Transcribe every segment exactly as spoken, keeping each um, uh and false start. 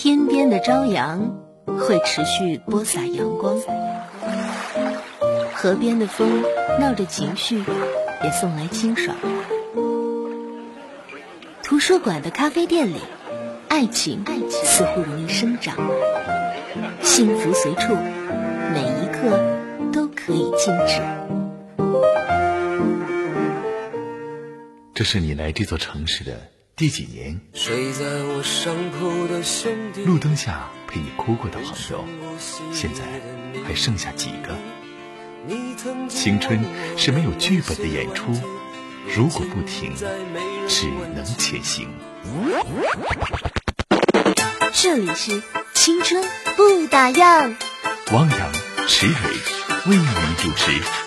天边的朝阳会持续播撒阳光，河边的风闹着情绪，也送来清爽。图书馆的咖啡店里，爱情似乎容易生长，幸福随处，每一刻都可以静止。 这是你来这座城市的第几年？ 睡在我上铺的兄弟， 路灯下陪你哭过的朋友，现在还剩下几个？青春是没有剧本的演出，如果不停，只能前行。 这里是青春不打烊， 汪洋、池蕊为您主持。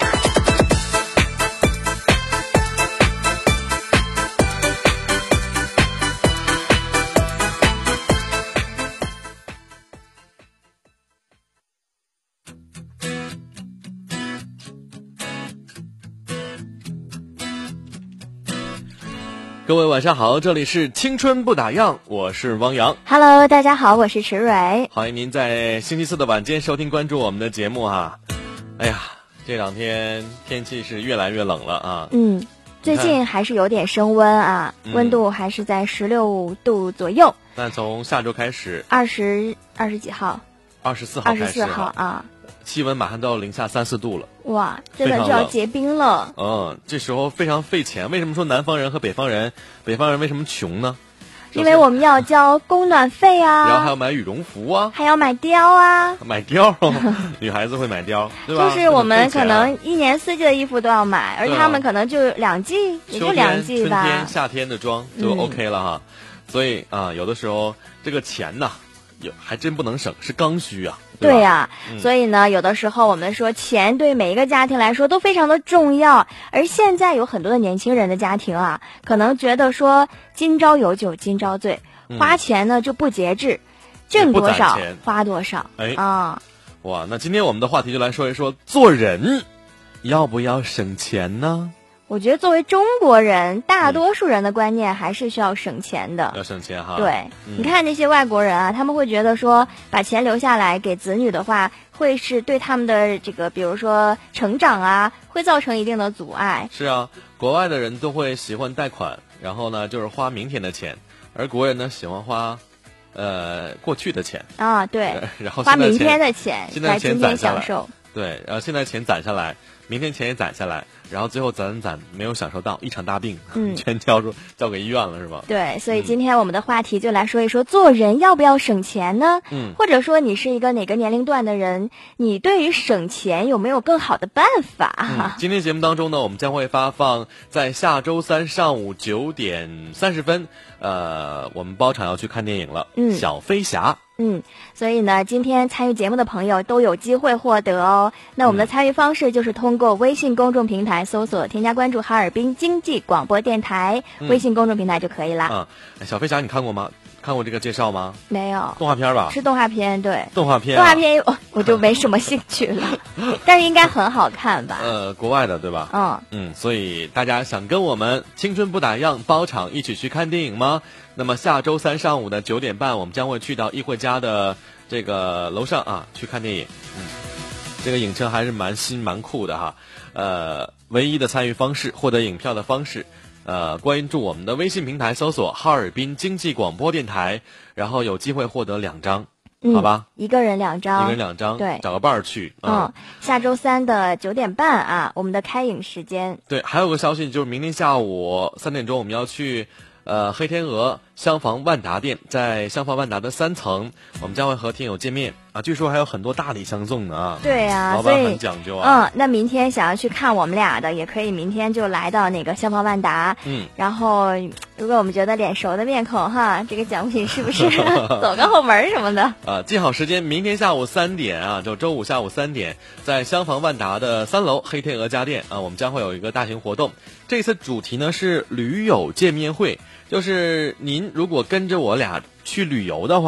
各位晚上好，这里是青春不打烊，我是汪洋。 Hello， 大家好，我是池蕊。 欢迎您在星期四的晚间收听关注我们的节目哈。哎呀，这两天天气是越来越冷了啊。 嗯，最近还是有点升温啊， 嗯、 温度还是在十六度左右。 那从下周开始， 二十二十几号？ 二十四号开始。 二十四号啊。 气温马上到零下三四度了， 哇，真的就要结冰了。 嗯，这时候非常费钱。为什么说南方人和北方人，北方人为什么穷呢？ 因为我们要交供暖费啊， 然后还要买羽绒服啊， 还要买貂啊， 买貂，女孩子会买貂，对吧？ 就是我们可能一年四季的衣服都要买，而他们可能就两季，也就两季吧。 春天、夏天的装就 OK 了哈。嗯、所以啊，有的时候这个钱呐，有还真不能省，是刚需啊。 对呀、啊嗯， 所以呢，有的时候我们说钱对每一个家庭来说都非常的重要，而现在有很多的年轻人的家庭啊，可能觉得说今朝有酒今朝醉， 嗯、 花钱呢就不节制，挣多少花多少。 哎啊， 哇，那今天我们的话题就来说一说做人要不要省钱呢？ 我觉得作为中国人，大多数人的观念还是需要省钱的。 要省钱哈。 对、 嗯， 你看那些外国人啊，他们会觉得说，把钱留下来给子女的话，会是对他们的这个，比如说成长啊，会造成一定的阻碍。 是啊，国外的人都会喜欢贷款，然后呢，就是花明天的钱，而国人呢喜欢花，呃，过去的钱啊，对， 然后花明天的钱来今天享受。 对，然后现在钱攒下来，明天钱也攒下来，然后最后攒攒没有享受到，一场大病， 嗯， 全交出交给医院了，是吧？ 对，所以今天我们的话题就来说一说，做人要不要省钱呢？ 嗯， 或者说你是一个哪个年龄段的人，你对于省钱有没有更好的办法？ 嗯、今天节目当中呢，我们将会发放在下周三上午九点三十分，呃，我们包场要去看电影了， 嗯， 小飞侠。 嗯，所以呢，今天参与节目的朋友都有机会获得哦。那我们的参与方式就是通过微信公众平台搜索、添加关注哈尔滨经济广播电台、嗯、微信公众平台就可以啦。 啊、嗯，小飞侠你看过吗？看过这个介绍吗？ 没有， 动画片吧？ 是动画片，对， 动画片、啊， 动画片我我就没什么兴趣了，但是应该很好看吧？ 呃，国外的对吧？ 嗯嗯，所以大家想跟我们青春不打烊包场一起去看电影吗？那么下周三上午的九点半，我们将会去到议会家的这个楼上啊去看电影。嗯，这个影城还是蛮新蛮酷的哈。呃，唯一的参与方式，获得影票的方式。呃，关注我们的微信平台，搜索哈尔滨经济广播电台，然后有机会获得两张， 嗯、 好吧？ 一个人两张， 一个人两张， 对， 找个伴儿去。 嗯，嗯下周三的九点半啊，我们的开影时间。 对，还有个消息就是明天下午三点钟我们要去呃黑天鹅香房万达店，在香房万达的三层，我们将会和听友见面啊，据说还有很多大礼相送呢啊。 对啊， 老板很讲究啊。嗯，那明天想要去看我们俩的，也可以明天就来到那个香房万达。 嗯， 然后如果我们觉得脸熟的面孔哈，这个奖品是不是走个后门什么的？ 啊，记好时间，明天下午三点啊，就周五下午三点，在香房万达的三楼黑天鹅家店啊，我们将会有一个大型活动。这次主题呢是驴友见面会，就是您如果跟着我俩去旅游的话，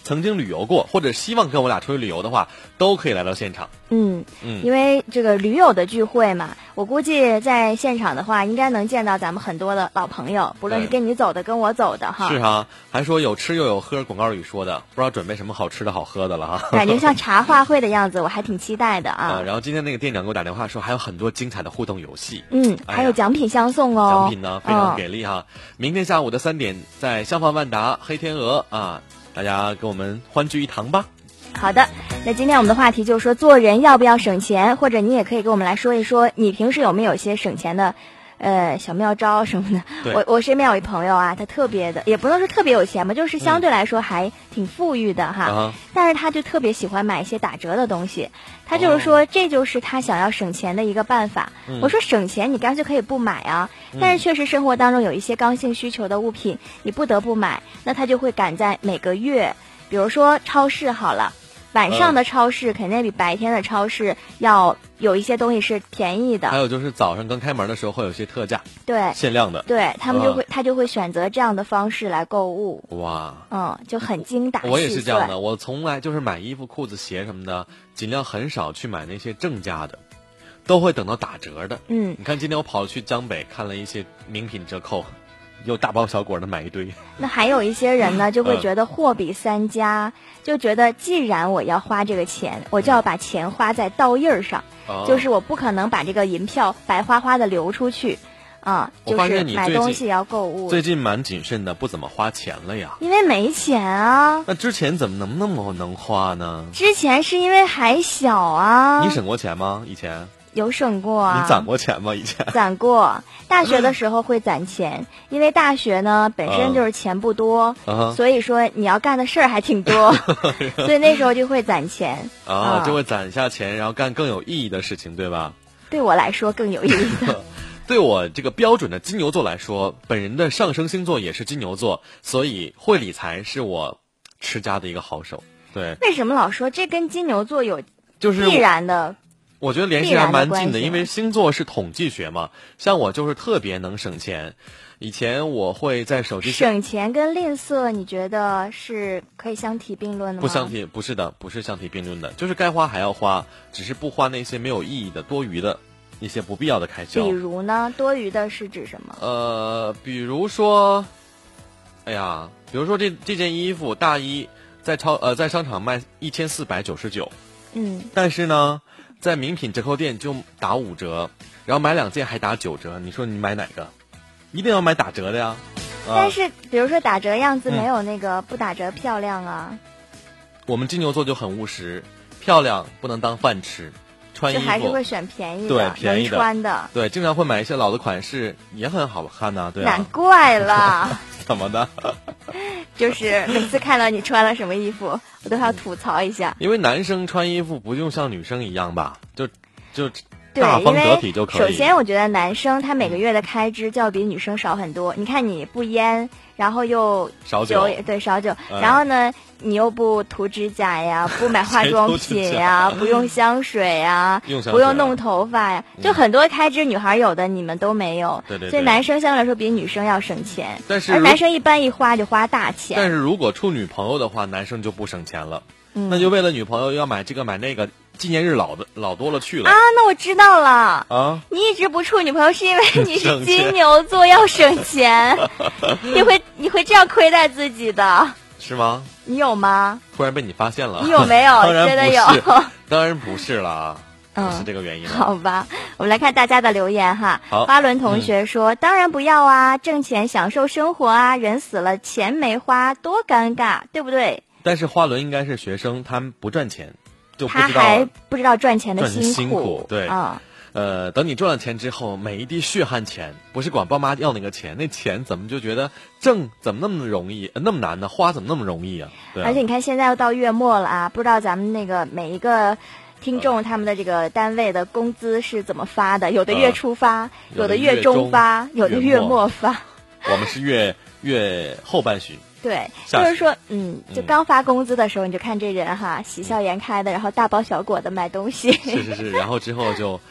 曾经旅游过，或者希望跟我俩出去旅游的话，都可以来到现场。 嗯嗯， 因为这个驴友的聚会嘛，我估计在现场的话，应该能见到咱们很多的老朋友，不论是跟你走的，跟我走的哈。 是哈，还说有吃又有喝，广告语说的，不知道准备什么好吃的好喝的了哈。 感觉像茶话会的样子，我还挺期待的啊。 呃、然后今天那个店长给我打电话说，还有很多精彩的互动游戏。 嗯， 哎、 还有奖品相送哦。 奖品呢非常给力哈、嗯！明天下午的三点，在香坊万达黑天鹅啊，大家跟我们欢聚一堂吧。 好的，那今天我们的话题就是说，做人要不要省钱，或者你也可以跟我们来说一说，你平时有没有一些省钱的呃小妙招什么的。我我身边有一朋友啊，他特别的，也不能说特别有钱吧，就是相对来说还挺富裕的哈、 嗯、 但是他就特别喜欢买一些打折的东西，他就是说、哦、这就是他想要省钱的一个办法、嗯、我说省钱你干脆可以不买啊、嗯、但是确实生活当中有一些刚性需求的物品你不得不买，那他就会赶在每个月，比如说超市好了，晚上的超市肯定比白天的超市要有一些东西是便宜的， 还有就是早上刚开门的时候会有些特价， 对， 限量的， 对他们就会、啊、他就会选择这样的方式来购物。 哇， 嗯，就很精打细算。 我也是这样的，我从来就是买衣服、裤子、鞋什么的，尽量很少去买那些正价的，都会等到打折的。 嗯， 你看今天我跑去江北看了一些名品折扣。又大包小裹的买一堆。 那还有一些人呢，就会觉得货比三家、嗯、就觉得既然我要花这个钱，我就要把钱花在刀印儿上、嗯、就是我不可能把这个银票白花花的流出去啊、嗯，就是买东西要购物。 最近蛮谨慎的，不怎么花钱了呀。 因为没钱啊。 那之前怎么能那么能花呢？ 之前是因为还小啊。 你省过钱吗？以前？ 有省过啊。 你攒过钱吗？以前攒过，大学的时候会攒钱，因为大学呢本身就是钱不多， 嗯、 所以说你要干的事儿还挺多，所以那时候就会攒钱啊、嗯，就会攒下钱，然后干更有意义的事情，对吧？ 对我来说更有意义的。 对我这个标准的金牛座来说，本人的上升星座也是金牛座，所以会理财是我持家的一个好手。对， 为什么老说这跟金牛座有就是必然的？ 我觉得联系还蛮近的，因为星座是统计学嘛。像我就是特别能省钱，以前我会在手机上省钱跟吝啬，你觉得是可以相提并论的吗？ 不相提，不是的，不是相提并论的，就是该花还要花，只是不花那些没有意义的、多余的一些不必要的开销。 比如呢？多余的是指什么？ 呃，比如说，哎呀，比如说这这件衣服大衣在超呃在商场卖一千四百九十九， 嗯， 但是呢。在名品折扣店就打五折，然后买两件还打九折，你说你买哪个？一定要买打折的呀。 但是、啊、比如说打折样子没有那个不打折漂亮啊、嗯。 我们金牛座就很务实，漂亮不能当饭吃，穿衣服就还是会选便宜的， 对便宜的能穿的。 对，经常会买一些老的款式，也很好看呐、啊，对啊。 难怪了。 怎么的？ 就是每次看到你穿了什么衣服，我都要吐槽一下。 因为男生穿衣服不用像女生一样吧，就就大方得体就可以。 首先，我觉得男生他每个月的开支就要比女生少很多。你看你不烟，然后又少酒， 对少酒、嗯，然后呢，你又不涂指甲呀，不买化妆品呀，不用香水呀， 用香水不用弄头发呀，就很多开支女孩有的你们都没有。 对对对。 所以男生相对来说比女生要省钱， 但是而男生一般一花就花大钱。 但是如果处女朋友的话，男生就不省钱了。 嗯、 那就为了女朋友要买这个买那个，纪念日老的老多了去了啊！那我知道了啊！ 你一直不处女朋友是因为你是金牛座要省钱，你会你会这样亏待自己的， 是吗？ 你有吗？ 突然被你发现了， 你有没有？ 当然真的有， 当然不是了。 嗯， 是这个原因。 好吧，我们来看大家的留言哈。 好， 花轮同学说、嗯：“当然不要啊，挣钱享受生活啊，人死了钱没花，多尴尬，对不对？” 但是花轮应该是学生，他们不赚钱，就不知道他还不知道赚钱的辛苦。 辛苦对啊、 嗯，呃，等你赚了钱之后，每一滴血汗钱，不是管爸妈要那个钱，那钱怎么就觉得挣怎么那么容易，那么难呢？花怎么那么容易啊？对啊。 而且你看，现在要到月末了啊，不知道咱们那个每一个听众他们的这个单位的工资是怎么发的？有的月初发，呃、有的月中发，有的月末发。 我们是月月后半旬。 对，就是说，嗯，就刚发工资的时候，嗯、你就看这人哈，喜笑颜开的，然后大包小裹的买东西。 是是是，然后之后就，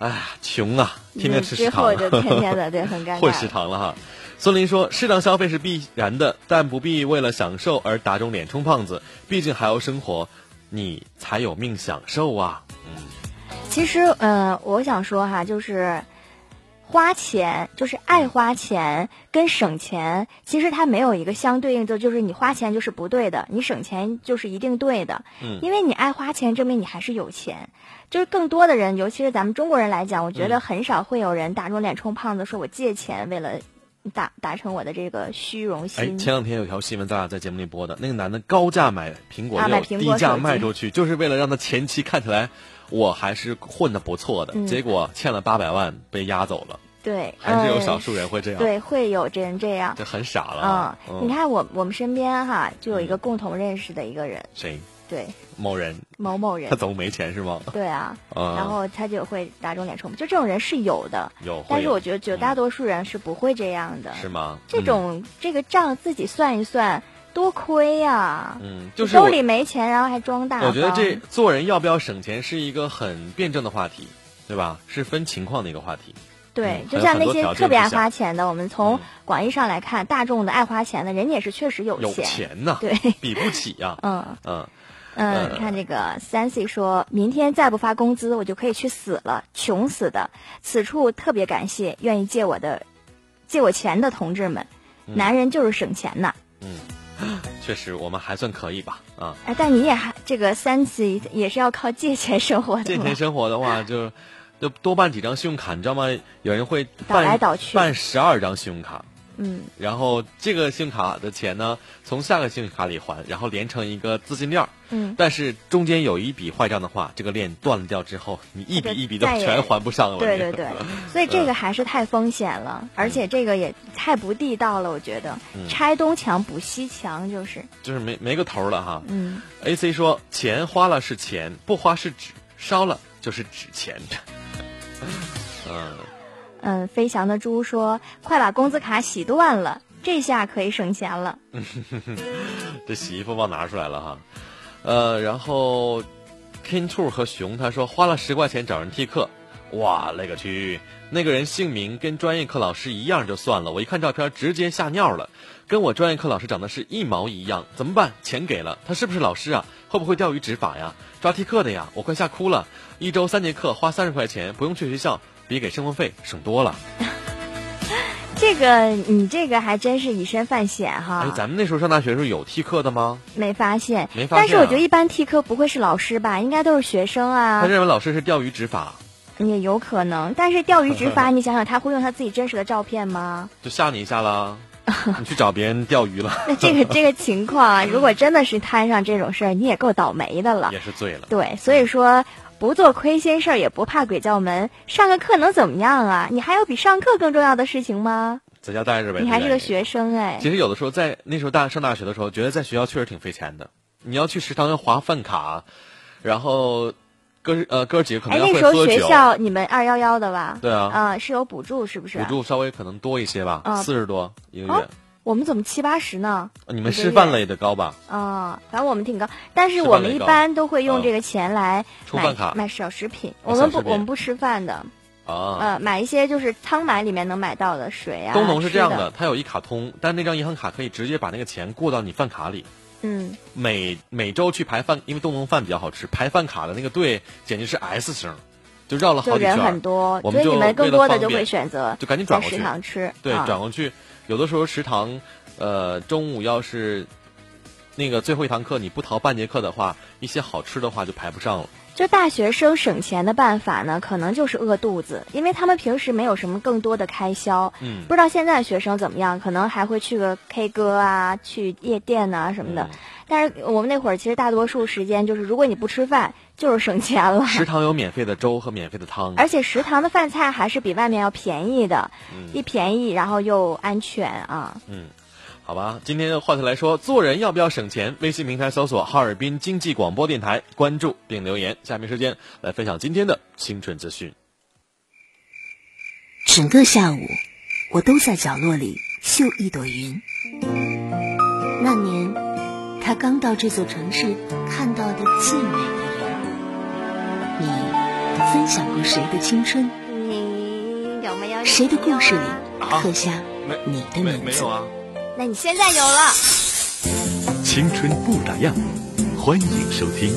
哎呀，穷啊，天天吃食堂之后就天天的对很尴尬， 混食堂了哈。孙林说，适当消费是必然的，但不必为了享受而打肿脸充胖子，毕竟还要生活，你才有命享受啊。嗯， 其实呃，我想说哈，就是花钱，就是爱花钱跟省钱，其实它没有一个相对应的，就是你花钱就是不对的，你省钱就是一定对的。 嗯， 因为你爱花钱，证明你还是有钱。就是更多的人，尤其是咱们中国人来讲，我觉得很少会有人打肿脸充胖子，说我借钱为了达达成我的这个虚荣心。 哎，前两天有条新闻，咱俩在节目里播的，那个男的高价买苹果六， 啊、苹果低价卖出去，就是为了让他前期看起来我还是混得不错的， 嗯、 结果欠了八百万被押走了。 对， 还是有少数人会这样。 嗯、对，会有人这样， 这很傻了。 嗯，嗯你看我我们身边哈，就有一个共同认识的一个人。 谁？ 对， 某人。 某某人。 他怎么没钱是吗？ 对啊， 嗯、 然后他就会打肿脸充，就这种人是有的。 有。 但是我觉得绝大多数人是不会这样的。 是吗？ 这种、嗯、这个账自己算一算。多亏呀、啊！ 嗯，就是兜里没钱，然后还装大方。 我觉得这做人要不要省钱是一个很辩证的话题，对吧？是分情况的一个话题。 对， 嗯、 就像那些特别爱花钱的，我们从广义上来看，嗯、大众的爱花钱的人也是确实有钱。 有钱呐， 对， 比不起呀、 啊。嗯嗯嗯，你看这个 Sancy 说，明天再不发工资，我就可以去死了，穷死的。此处特别感谢愿意借我的、借我钱的同志们， 嗯、 男人就是省钱呐。 嗯。确实，我们还算可以吧，啊！ 哎，但你也还这个三次也是要靠借钱生活的。 借钱生活的话，就就多办几张信用卡，你知道吗？有人会倒来倒去办十二张信用卡， 嗯， 然后这个信用卡的钱呢，从下个信用卡里还，然后连成一个资金链， 嗯， 但是中间有一笔坏账的话，这个链断了掉之后，你一笔一笔都全还不上了。 对对对，所以这个还是太风险了，嗯、而且这个也太不地道了，我觉得。嗯、拆东墙补西墙就是就是没没个头了哈。 嗯 ，A C 说钱花了是钱，不花是纸，烧了就是纸钱。嗯嗯，飞翔的猪说：“快把工资卡洗断了，这下可以省钱了。” 这洗衣服忘拿出来了哈。呃，然后 King Two 和熊他说花了十块钱找人替课，哇勒个去！那个人姓名跟专业课老师一样就算了，我一看照片直接吓尿了，跟我专业课老师长得是一毛一样，怎么办？钱给了，他是不是老师啊？会不会钓鱼执法呀？抓替课的呀？我快吓哭了！一周三节课花三十块钱，不用去学校，比给生活费省多了。 这个你这个还真是以身犯险哈！ 哎，咱们那时候上大学的时候有替课的吗？ 没发现， 没发现、啊。 但是我觉得一般替课不会是老师吧，应该都是学生啊。 他认为老师是钓鱼执法。 也有可能，但是钓鱼执法，你想想他会用他自己真实的照片吗？ 就吓你一下啦，你去找别人钓鱼了。 那这个这个情况啊，如果真的是摊上这种事儿，你也够倒霉的了。 也是醉了。 对，所以说不做亏心事儿，也不怕鬼叫门。上个课能怎么样啊？你还有比上课更重要的事情吗？ 在家待着呗。 你还是个学生哎。 其实有的时候在那时候大上大学的时候，觉得在学校确实挺费钱的。你要去食堂要划饭卡，然后。哥呃哥几个可能要会喝酒。 哎，那时候学校你们二幺幺的吧？ 对啊， 啊、呃、是有补助是不是？ 补助稍微可能多一些吧，四十、嗯、多一个月、哦。 我们怎么七八十呢？ 你们师范类的高吧？ 啊、哦，反正我们挺高，但是我们一般都会用这个钱来买、 嗯、 买小食品。我们不我们不吃饭的。 啊， 呃，买一些就是汤买里面能买到的水啊。 东农是这样的，它有一卡通，但那张银行卡可以直接把那个钱过到你饭卡里。 嗯， 每每周去排饭，因为东农饭比较好吃，排饭卡的那个队简直是 S 型，就绕了好几圈， 就人很多， 我们所以你们更多的就会选择就赶紧转过去食堂吃， 对， 啊、 转过去。有的时候食堂，呃，中午要是那个最后一堂课你不逃半节课的话，一些好吃的话就排不上了。 就大学生省钱的办法呢，可能就是饿肚子，因为他们平时没有什么更多的开销。 嗯， 不知道现在的学生怎么样，可能还会去个 K 歌啊，去夜店啊什么的。 嗯、 但是我们那会儿其实大多数时间就是，如果你不吃饭，就是省钱了。 食堂有免费的粥和免费的汤， 而且食堂的饭菜还是比外面要便宜的， 嗯、 一便宜然后又安全啊。 嗯。好吧，今天的话题来说，做人要不要省钱？微信平台搜索哈尔滨经济广播电台，关注并留言。下面时间来分享今天的青春资讯。 整个下午，我都在角落里绣一朵云。那年，他刚到这座城市看到的最美的云，你分享过谁的青春？ 你有没有？ 谁的故事里刻下没你的没名字？ 没有啊？ 那你现在有了。 青春不打烊，欢迎收听。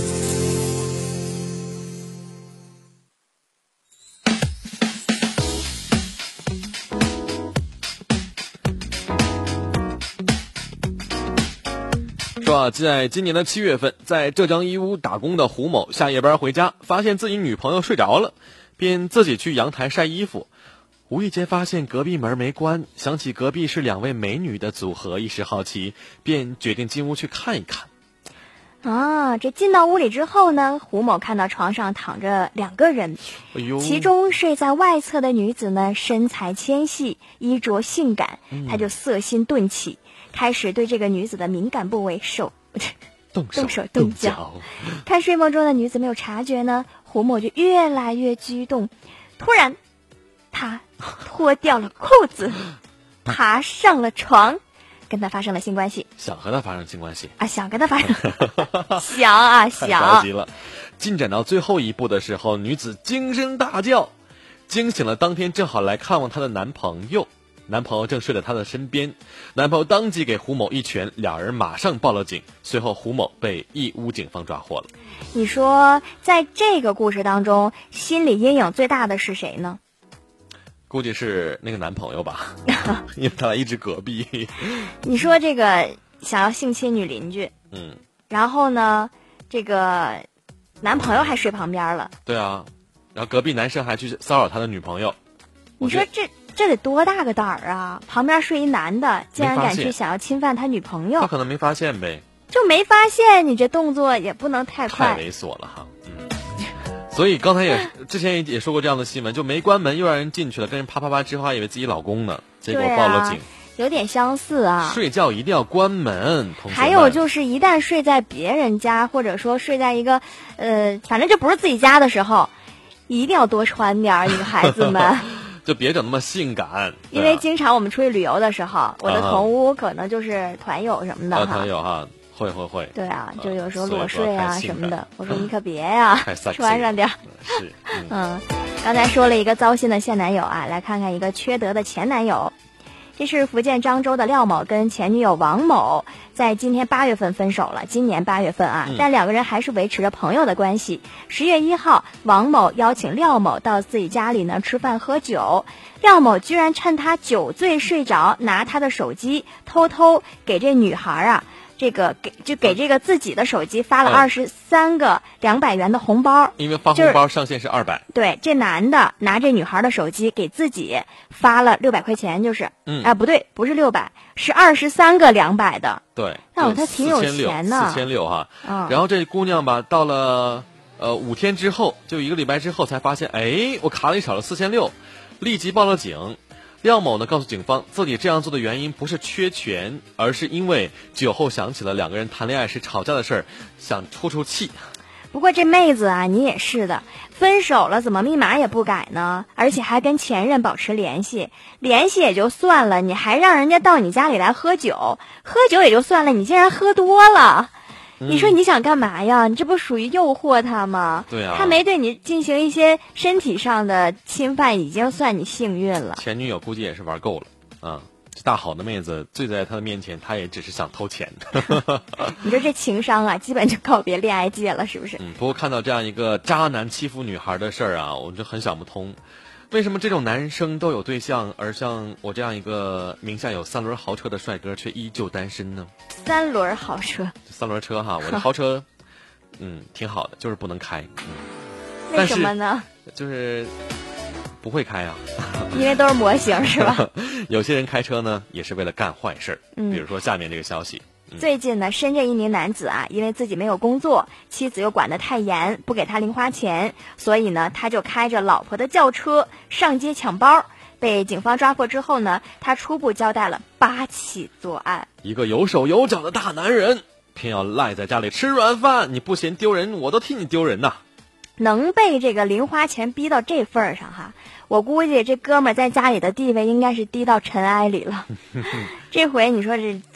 说啊，在今年的七月份，在浙江义乌打工的胡某下夜班回家，发现自己女朋友睡着了，便自己去阳台晒衣服。无意间发现隔壁门没关，想起隔壁是两位美女的组合，一时好奇，便决定进屋去看一看。 啊，这进到屋里之后呢，胡某看到床上躺着两个人， 哎呦， 其中睡在外侧的女子呢，身材纤细，衣着性感，他就色心顿起，开始对这个女子的敏感部位手动手动手动脚。看睡梦中的女子没有察觉呢，胡某就越来越激动。突然，他脱掉了裤子，爬上了床，跟他发生了性关系。 想和他发生性关系啊，想跟他发生，想啊太着想急。了。进展到最后一步的时候，女子惊声大叫，惊醒了当天正好来看望她的男朋友。男朋友正睡在她的身边，男朋友当即给胡某一拳，两人马上报了警。随后胡某被义乌警方抓获了。 你说，在这个故事当中，心理阴影最大的是谁呢？ 估计是那个男朋友吧，因为他俩一直隔壁。 你说这个想要性侵女邻居， 嗯， 然后呢，这个男朋友还睡旁边了。 对啊，然后隔壁男生还去骚扰他的女朋友。 你说这这得多大个胆儿啊！旁边睡一男的，竟然敢去想要侵犯他女朋友， 他可能没发现呗， 就没发现，你这动作也不能太快， 太猥琐了哈。嗯，所以刚才也之前也也说过这样的新闻，就没关门又让人进去了，跟人啪啪啪之后还以为自己老公呢，结果报了警。 啊、有点相似啊。 睡觉一定要关门，同学们。 还有就是一旦睡在别人家，或者说睡在一个呃，反正这不是自己家的时候，一定要多穿点儿，女孩子们。 就别整那么性感，啊、 因为经常我们出去旅游的时候，我的同屋可能就是团友什么的哈。 团友哈，会会会。 对啊，就有时候裸睡啊什么的。我说你可别呀、啊，穿上点。 是。嗯, 嗯，刚才说了一个糟心的现男友啊，来看看一个缺德的前男友。这是福建漳州的廖某跟前女友王某在今天八月份分手了，今年八月份啊，但两个人还是维持着朋友的关系。十月一号，王某邀请廖某到自己家里呢吃饭喝酒，廖某居然趁他酒醉睡着，拿他的手机偷偷给这女孩啊。这个给就给这个自己的手机发了二十三个两百元的红包， 因为发红包上限是二百、就是。 对，这男的拿这女孩的手机给自己发了六百块钱，就是，嗯，啊、呃、不对，不是六百，是二十三个两百的。 对， 那、哦、他挺有钱的， 四千六哈。 嗯， 然后这姑娘吧，到了呃五天之后，就一个礼拜之后才发现，哎，我卡里少了四千六，立即报了警。廖某呢告诉警方，自己这样做的原因不是缺钱，而是因为酒后想起了两个人谈恋爱时吵架的事儿，想出出气。 不过这妹子啊，你也是的，分手了怎么密码也不改呢？而且还跟前任保持联系，联系也就算了，你还让人家到你家里来喝酒，喝酒也就算了，你竟然喝多了。你说你想干嘛呀？你这不属于诱惑他吗？ 对啊， 他没对你进行一些身体上的侵犯，已经算你幸运了。 前女友估计也是玩够了啊！这大好的妹子醉在他的面前，他也只是想偷钱。 你说这情商啊，基本就告别恋爱界了，是不是？ 嗯。不过看到这样一个渣男欺负女孩的事儿啊，我就很想不通。为什么这种男生都有对象，而像我这样一个名下有三轮豪车的帅哥却依旧单身呢？ 三轮豪车， 三轮车哈，我的豪车，嗯，挺好的，就是不能开。嗯， 为什么呢？ 就是不会开啊， 因为都是模型是吧？ 有些人开车呢，也是为了干坏事儿。 嗯， 比如说下面这个消息。 最近呢，深圳一名男子啊，因为自己没有工作，妻子又管得太严，不给他零花钱，所以呢，他就开着老婆的轿车上街抢包。被警方抓获之后呢，他初步交代了八起作案。 一个有手有脚的大男人，偏要赖在家里吃软饭，你不嫌丢人，我都替你丢人呐！ 能被这个零花钱逼到这份儿上哈，我估计这哥们儿在家里的地位应该是低到尘埃里了。这回你说这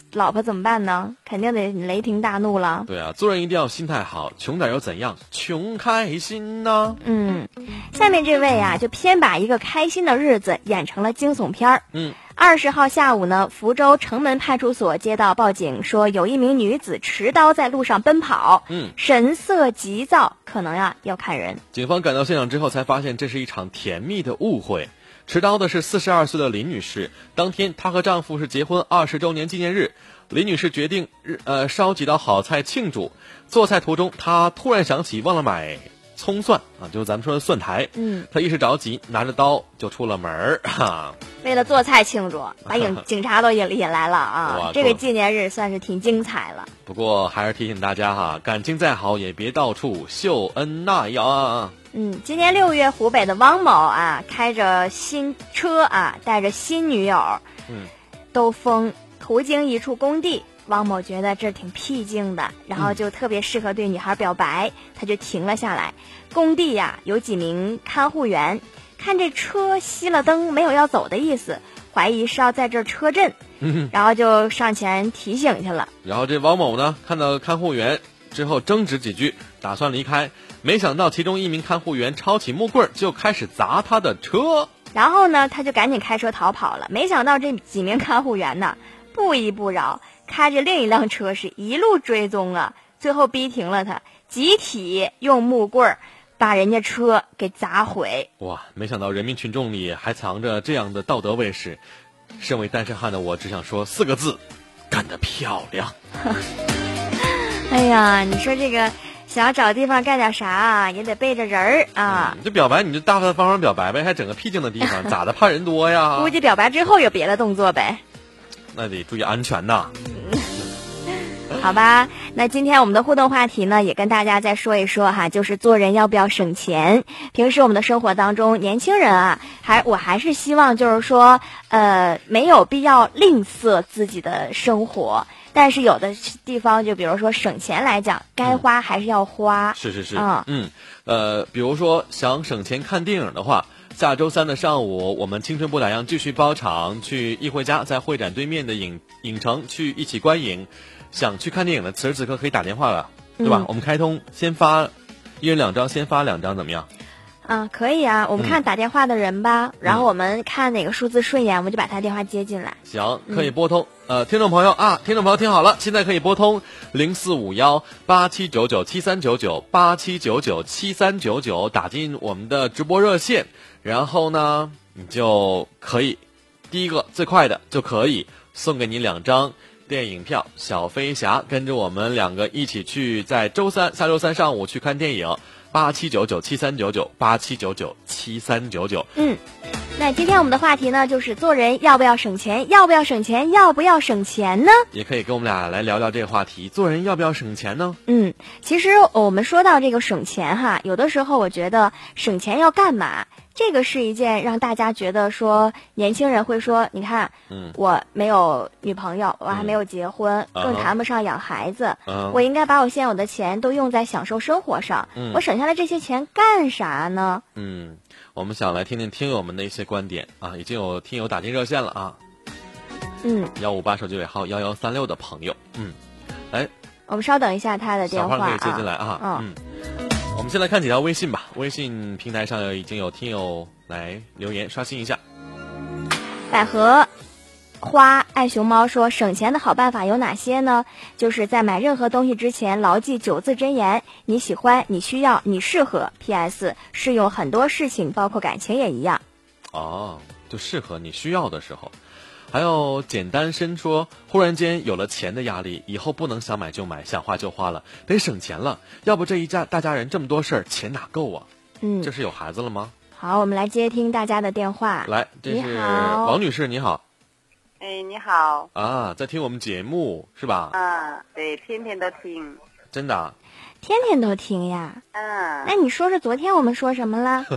老婆怎么办呢？肯定得雷霆大怒了。 对啊，做人一定要心态好，穷点又怎样？穷开心呢、啊？ 嗯，下面这位啊，就偏把一个开心的日子演成了惊悚片儿。 嗯。 二十号下午呢，福州城门派出所接到报警，说有一名女子持刀在路上奔跑， 嗯， 神色急躁，可能呀要看人。 警方赶到现场之后，才发现这是一场甜蜜的误会。持刀的是四十二岁的林女士，当天她和丈夫是结婚二十周年纪念日，林女士决定呃烧几道好菜庆祝。做菜途中，她突然想起忘了买葱蒜啊，就是咱们说的蒜苔。 嗯， 她一时着急，拿着刀就出了门儿哈。 为了做菜庆祝，把警警察都引引来了啊！这个纪念日算是挺精彩了。 不过还是提醒大家哈，感情再好也别到处秀恩爱呀。 嗯，今年六月，湖北的汪某啊，开着新车啊，带着新女友， 嗯， 兜风途经一处工地。汪某觉得这挺僻静的，然后就特别适合对女孩表白，嗯、他就停了下来。工地呀、啊，有几名看护员。看这车熄了灯，没有要走的意思，怀疑是要在这儿车震， 嗯、 然后就上前提醒去了。 然后这王某呢，看到看护员之后争执几句，打算离开，没想到其中一名看护员抄起木棍就开始砸他的车。 然后呢，他就赶紧开车逃跑了。没想到这几名看护员呢，不依不饶，开着另一辆车是一路追踪啊，最后逼停了他，集体用木棍把人家车给砸毁。 哇，没想到人民群众里还藏着这样的道德卫士。身为单身汉的我只想说四个字，干得漂亮。 哎呀，你说这个想要找地方干点啥啊，也得背着人儿啊、 嗯、你这表白你就大大方方表白呗，还整个僻静的地方咋的，怕人多呀？ 估计表白之后有别的动作呗， 那得注意安全呐。 好吧，那今天我们的互动话题呢，也跟大家再说一说哈，就是做人要不要省钱。平时我们的生活当中，年轻人啊，还我还是希望就是说，呃，没有必要吝啬自己的生活，但是有的地方就比如说省钱来讲，该花还是要花。 嗯、是是是， 嗯嗯，呃，比如说想省钱看电影的话。下周三的上午，我们青春不打烊继续包场，去艺汇家在会展对面的影影城去一起观影。想去看电影的，此时此刻可以打电话了，对吧？ 嗯、 我们开通，先发一人两张，先发两张，怎么样？ 啊，可以啊，我们看打电话的人吧，嗯、然后我们看哪个数字顺眼，我们就把他电话接进来。 行，可以拨通。嗯、呃，听众朋友啊，听众朋友听好了，现在可以拨通零四五幺八七九九七三九九八七九九七三九九，打进我们的直播热线。然后呢，你就可以第一个最快的就可以送给你两张电影票，小飞侠跟着我们两个一起去在周三下周三上午去看电影，八七九九七三九九八七九九七三九九。 嗯，那今天我们的话题呢，就是做人要不要省钱，要不要省钱，要不要省钱呢？ 也可以跟我们俩来聊聊这个话题，做人要不要省钱呢？ 嗯，其实我们说到这个省钱哈，有的时候我觉得省钱要干嘛？这个是一件让大家觉得说，年轻人会说，你看， 嗯， 我没有女朋友，我还没有结婚， 嗯、 更谈不上养孩子， 嗯、 我应该把我现有的钱都用在享受生活上。 嗯、 我省下来这些钱干啥呢？ 嗯，我们想来听听听友们的一些观点啊，已经有听友打进热线了啊。 嗯， 幺五八手机尾号幺幺三六的朋友，嗯，来， 我们稍等一下他的电话啊， 小花可以接进来啊，嗯。嗯我们先来看几条微信吧。微信平台上已经有听友来留言，刷新一下。 百合花爱熊猫说，省钱的好办法有哪些呢？就是在买任何东西之前牢记九字真言：你喜欢，你需要，你适合。P S 适用很多事情，包括感情也一样。 哦，就适合你需要的时候。还有简单身说，忽然间有了钱的压力，以后不能想买就买，想花就花了，得省钱了，要不这一家大家人这么多事儿，钱哪够啊？ 嗯， 这是有孩子了吗？ 好，我们来接听大家的电话。 来，这是王女士，你好。 哎，你好。 啊，在听我们节目是吧？ 啊，对，天天都听。 真的、啊？ 天天都听呀？ 嗯。 那你说说昨天我们说什么了？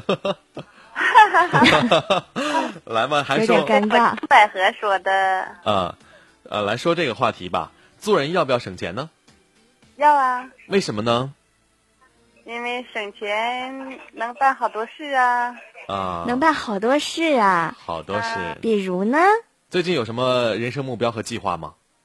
来吧，还说有点尴尬。 百合说的。 啊，呃，来说这个话题吧。做人要不要省钱呢？ 要啊。 为什么呢？ 因为省钱能办好多事啊。 啊。 能办好多事啊。 好多事。 比如呢？ 最近有什么人生目标和计划吗？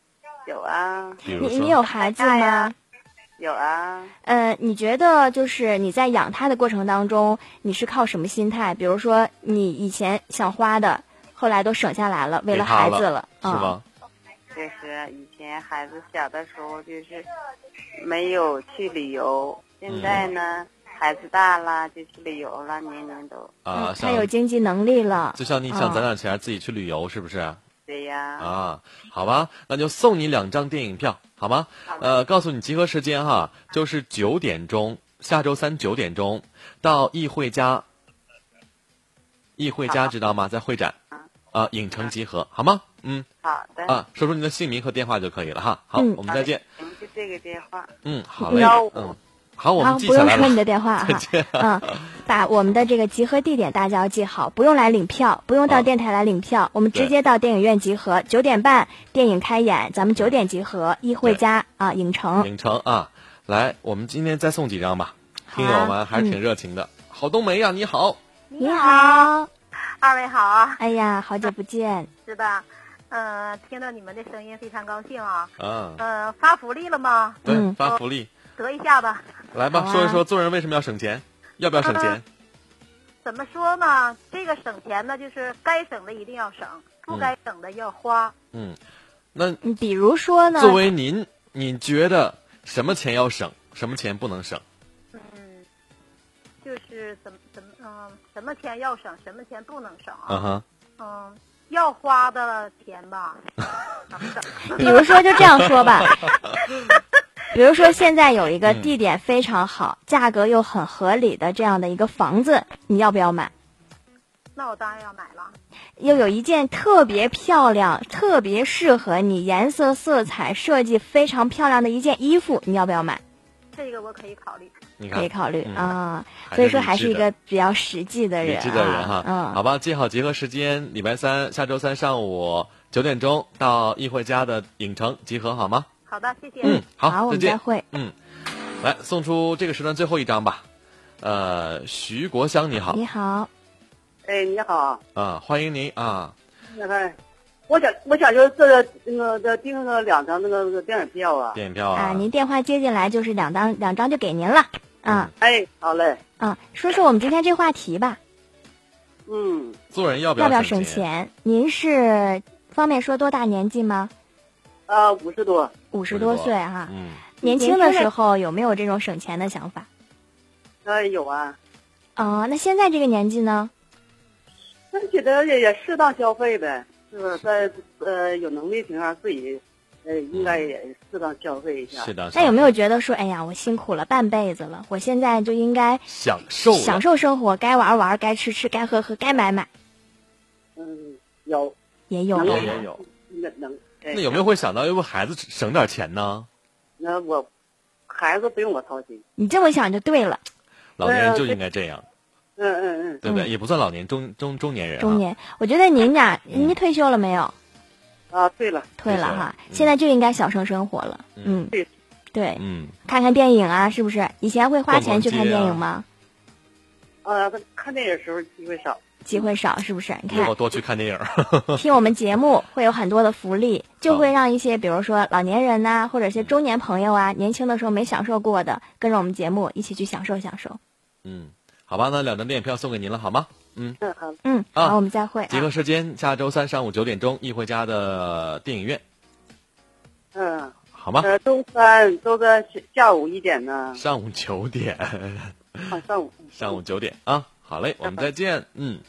有啊。 比如你你说， 有孩子吗？ 有啊。 呃，你觉得就是你在养他的过程当中，你是靠什么心态？比如说你以前想花的，后来都省下来了，为了孩子了， 是吧？ 就是以前孩子小的时候，就是没有去旅游，现在呢，嗯、孩子大了就去旅游了，年年都啊， 嗯、他有经济能力了， 就像你想攒点钱自己去旅游，是不是？ 对呀。 啊，好吧，那就送你两张电影票，好吗？呃，告诉你集合时间哈，就是九点钟，下周三九点钟到议会家。议会家知道吗？在会展啊，影城集合，好吗？嗯。 好的。 啊，说出你的姓名和电话就可以了哈。好， 嗯、 我们再见。 嗯，就这个电话。 嗯，好嘞。嗯。好，我们记不下来了。 用说你的电话哈，嗯，把我们的这个集合地点大家要记好，不用来领票，不用到电台来领票，啊、我们直接到电影院集合，九点半电影开演，咱们九点集合，议会家啊影城。 影城啊，来，我们今天再送几张吧，听友们还是挺热情的。嗯、好冬梅呀，你好。 你好， 二位好啊！ 哎呀，好久不见。 是的，嗯、呃，听到你们的声音非常高兴啊。 啊。 呃，发福利了吗？ 对， 嗯、 发福利。 得一下吧。 来吧， 啊、 说一说做人为什么要省钱，要不要省钱？ 呃、怎么说呢？这个省钱呢，就是该省的一定要省，不该省的要花。 嗯，那比如说呢？ 作为您，你觉得什么钱要省，什么钱不能省？ 嗯，就是怎么怎么嗯、呃，什么钱要省，什么钱不能省啊？ 嗯哼。 嗯，要花的钱吧，能省。 比如说，就这样说吧。比如说，现在有一个地点非常好、嗯、价格又很合理的这样的一个房子，你要不要买？ 那我当然要买了。 又有一件特别漂亮、特别适合你、颜色、色彩、设计非常漂亮的一件衣服，你要不要买？ 这个我可以考虑。 可以考虑、 嗯、 啊，所以说还是一个比较实际的人、啊， 理智的人哈。 嗯， 好吧，记好集合时间，礼拜三、下周三上午九点钟到议会家的影城集合，好吗？ 好的，谢谢。 嗯，好， 好，我们再会。 嗯，来送出这个时段最后一张吧。呃，徐国香，你好。 你好。 哎，你好。 啊，欢迎您啊。 那个，我想，我想就是这个那个的订个两张那个那个电影票啊。 电影票啊。 啊，您电话接进来就是两张，两张就给您了。啊。 哎，好嘞。 啊，说说我们今天这话题吧。 嗯。 做人要不要不要省钱？您是方便说多大年纪吗？ 啊，五十多。 五十多岁哈， 嗯， 年轻的时候有没有这种省钱的想法？ 呃，有啊。 哦，那现在这个年纪呢？ 那觉得也也适当消费呗，是不是？在呃有能力情况下，自己呃应该也适当消费一下。 是的。 那有没有觉得说，哎呀，我辛苦了半辈子了，我现在就应该享受享受生活，该玩玩，该吃吃，该喝喝，该买买？ 嗯，有。 也有。 也也有。 那能。 那有没有会想到要为孩子省点钱呢？ 那我孩子不用我操心。 你这么想就对了。 老年人就应该这样。 嗯嗯嗯， 对不对？也不算老年，中中中年人。 中年，我觉得您俩，您退休了没有？ 啊，退了， 退了哈。现在就应该享受生活了。嗯， 对， 对， 嗯， 看看电影啊，是不是？以前会花钱去看电影吗？ 啊，看电影的时候机会少。 机会少是不是？你看， 以后多去看电影。 听我们节目会有很多的福利，就会让一些比如说老年人呐、啊，或者一些中年朋友啊，年轻的时候没享受过的，跟着我们节目一起去享受享受。 嗯，好吧，那两张电影票送给您了，好吗？嗯嗯好。 嗯，好，啊、我们再会。 集合时间下周三上午九点钟，议会家的电影院。 嗯， 好吗？ 呃，周三周三下午一点呢。 上午九点。 啊，上午。 上午九点啊。好嘞，我们再见。嗯，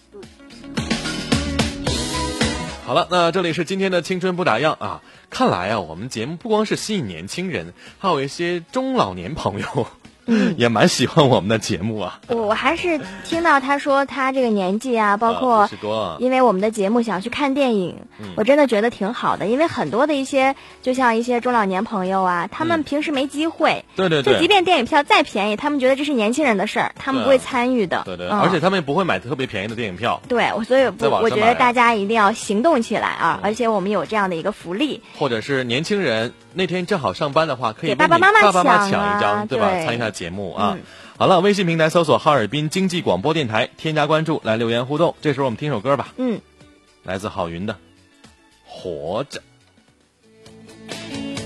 好了，那这里是今天的青春不打烊啊。看来啊，我们节目不光是吸引年轻人，还有一些中老年朋友。嗯，也蛮喜欢我们的节目啊。 我我还是听到他说他这个年纪啊，包括因为我们的节目想去看电影， 嗯、 我真的觉得挺好的。因为很多的一些，就像一些中老年朋友啊，他们平时没机会， 嗯、对对对， 就即便电影票再便宜，他们觉得这是年轻人的事儿，他们不会参与的。 对对， 嗯、 而且他们也不会买特别便宜的电影票。 对，所以不我觉得大家一定要行动起来啊！ 嗯、 而且我们有这样的一个福利， 或者是年轻人那天正好上班的话，可以给爸爸妈妈爸爸妈抢抢一张， 对吧？参与一下节目啊。 嗯好了，微信平台搜索哈尔滨经济广播电台，添加关注来留言互动。这时候我们听首歌吧。 嗯， 来自郝云的《活着》。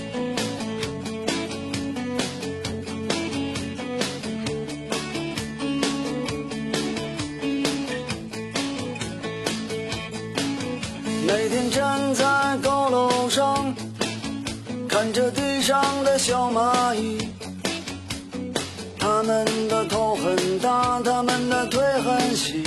看着地上的小蚂蚁，它们的头很大，它们的腿很细，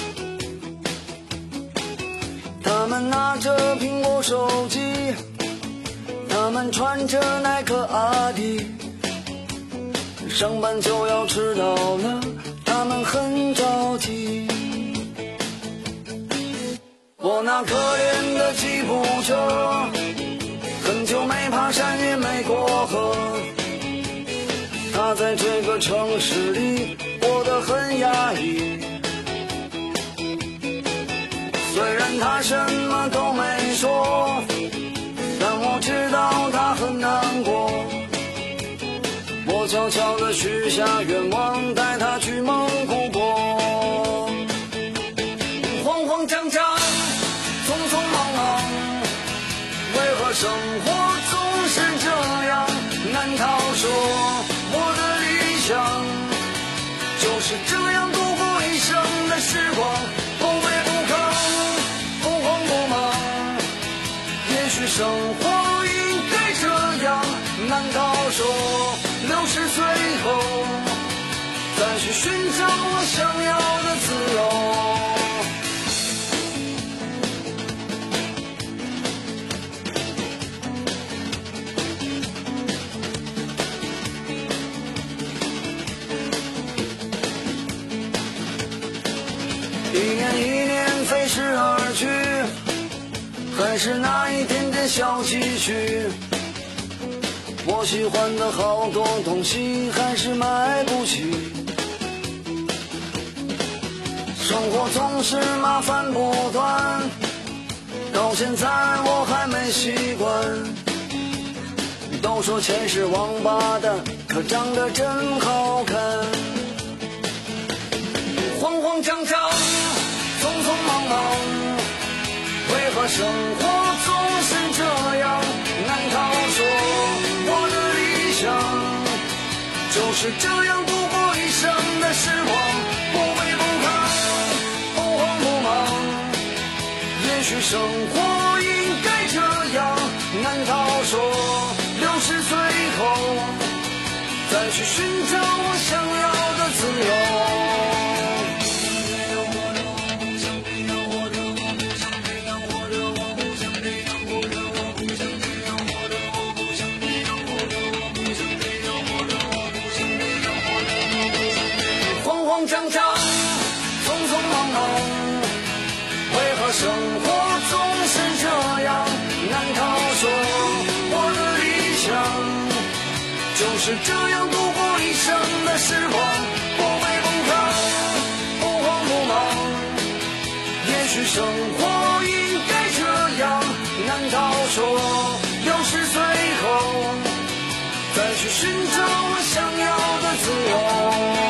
它们拿着苹果手机，它们穿着耐克阿迪，上班就要迟到了，他们很着急。我那可怜的吉普车，很久没爬山也没过河，他在这个城市里过得很压抑。虽然他什么都没说，但我知道他很难过。我悄悄地许下愿望，带他去蒙古国。慌慌张张，匆匆忙忙，为何生活总是这样难逃？说我的理想就是这样度过一生的时光，不卑不亢，不慌不忙。也许生活应该这样难逃？说六十岁后再去寻找我想要的自由。一年一年飞逝而去，还是那一点点小积蓄。我喜欢的好多东西还是买不起，生活总是麻烦不断，到现在我还没习惯。都说钱是王八蛋，可长得真好看。慌慌张张，匆匆忙忙，为何生活总是这样难逃？说我的理想就是这样度过一生的时光，不卑不亢，不慌不忙。也许生活应该这样难逃？说六十岁后再去寻找我想要的自由。张张，匆匆忙忙，为何生活总是这样难逃？说我的理想就是这样度过一生的时光，不卑不亢，不慌不忙。也许生活应该这样难逃？说六十岁后再去寻找我想要的自由。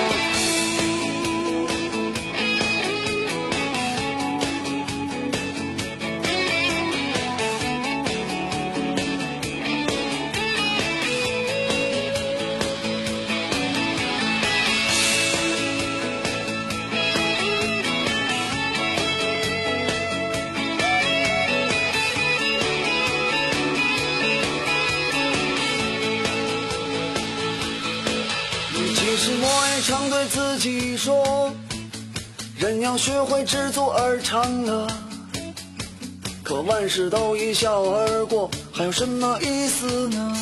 其实我也常对自己说，人要学会知足而常乐，可万事都一笑而过，还有什么意思呢？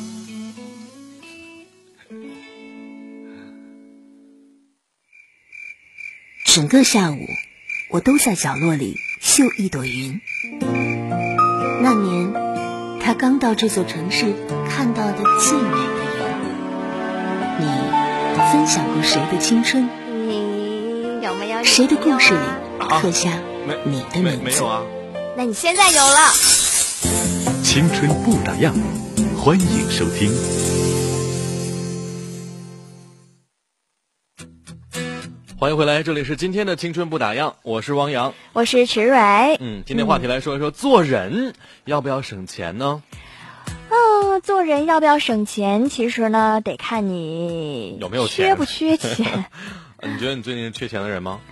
整个下午我都在角落里绣一朵云。那年他刚到这座城市看到的最美的云。你分享过谁的青春？ 你有没有谁的故事里刻下你的名字？ 没有啊。 那你现在有了。 青春不打烊，欢迎收听。 欢迎回来，这里是今天的青春不打烊，我是汪洋， 我是池蕊。 嗯，今天话题来说一说、嗯、做人要不要省钱呢？ 哦，做人要不要省钱？其实呢，得看你有没有钱， 缺不缺钱。 你觉得你最近是缺钱的人吗？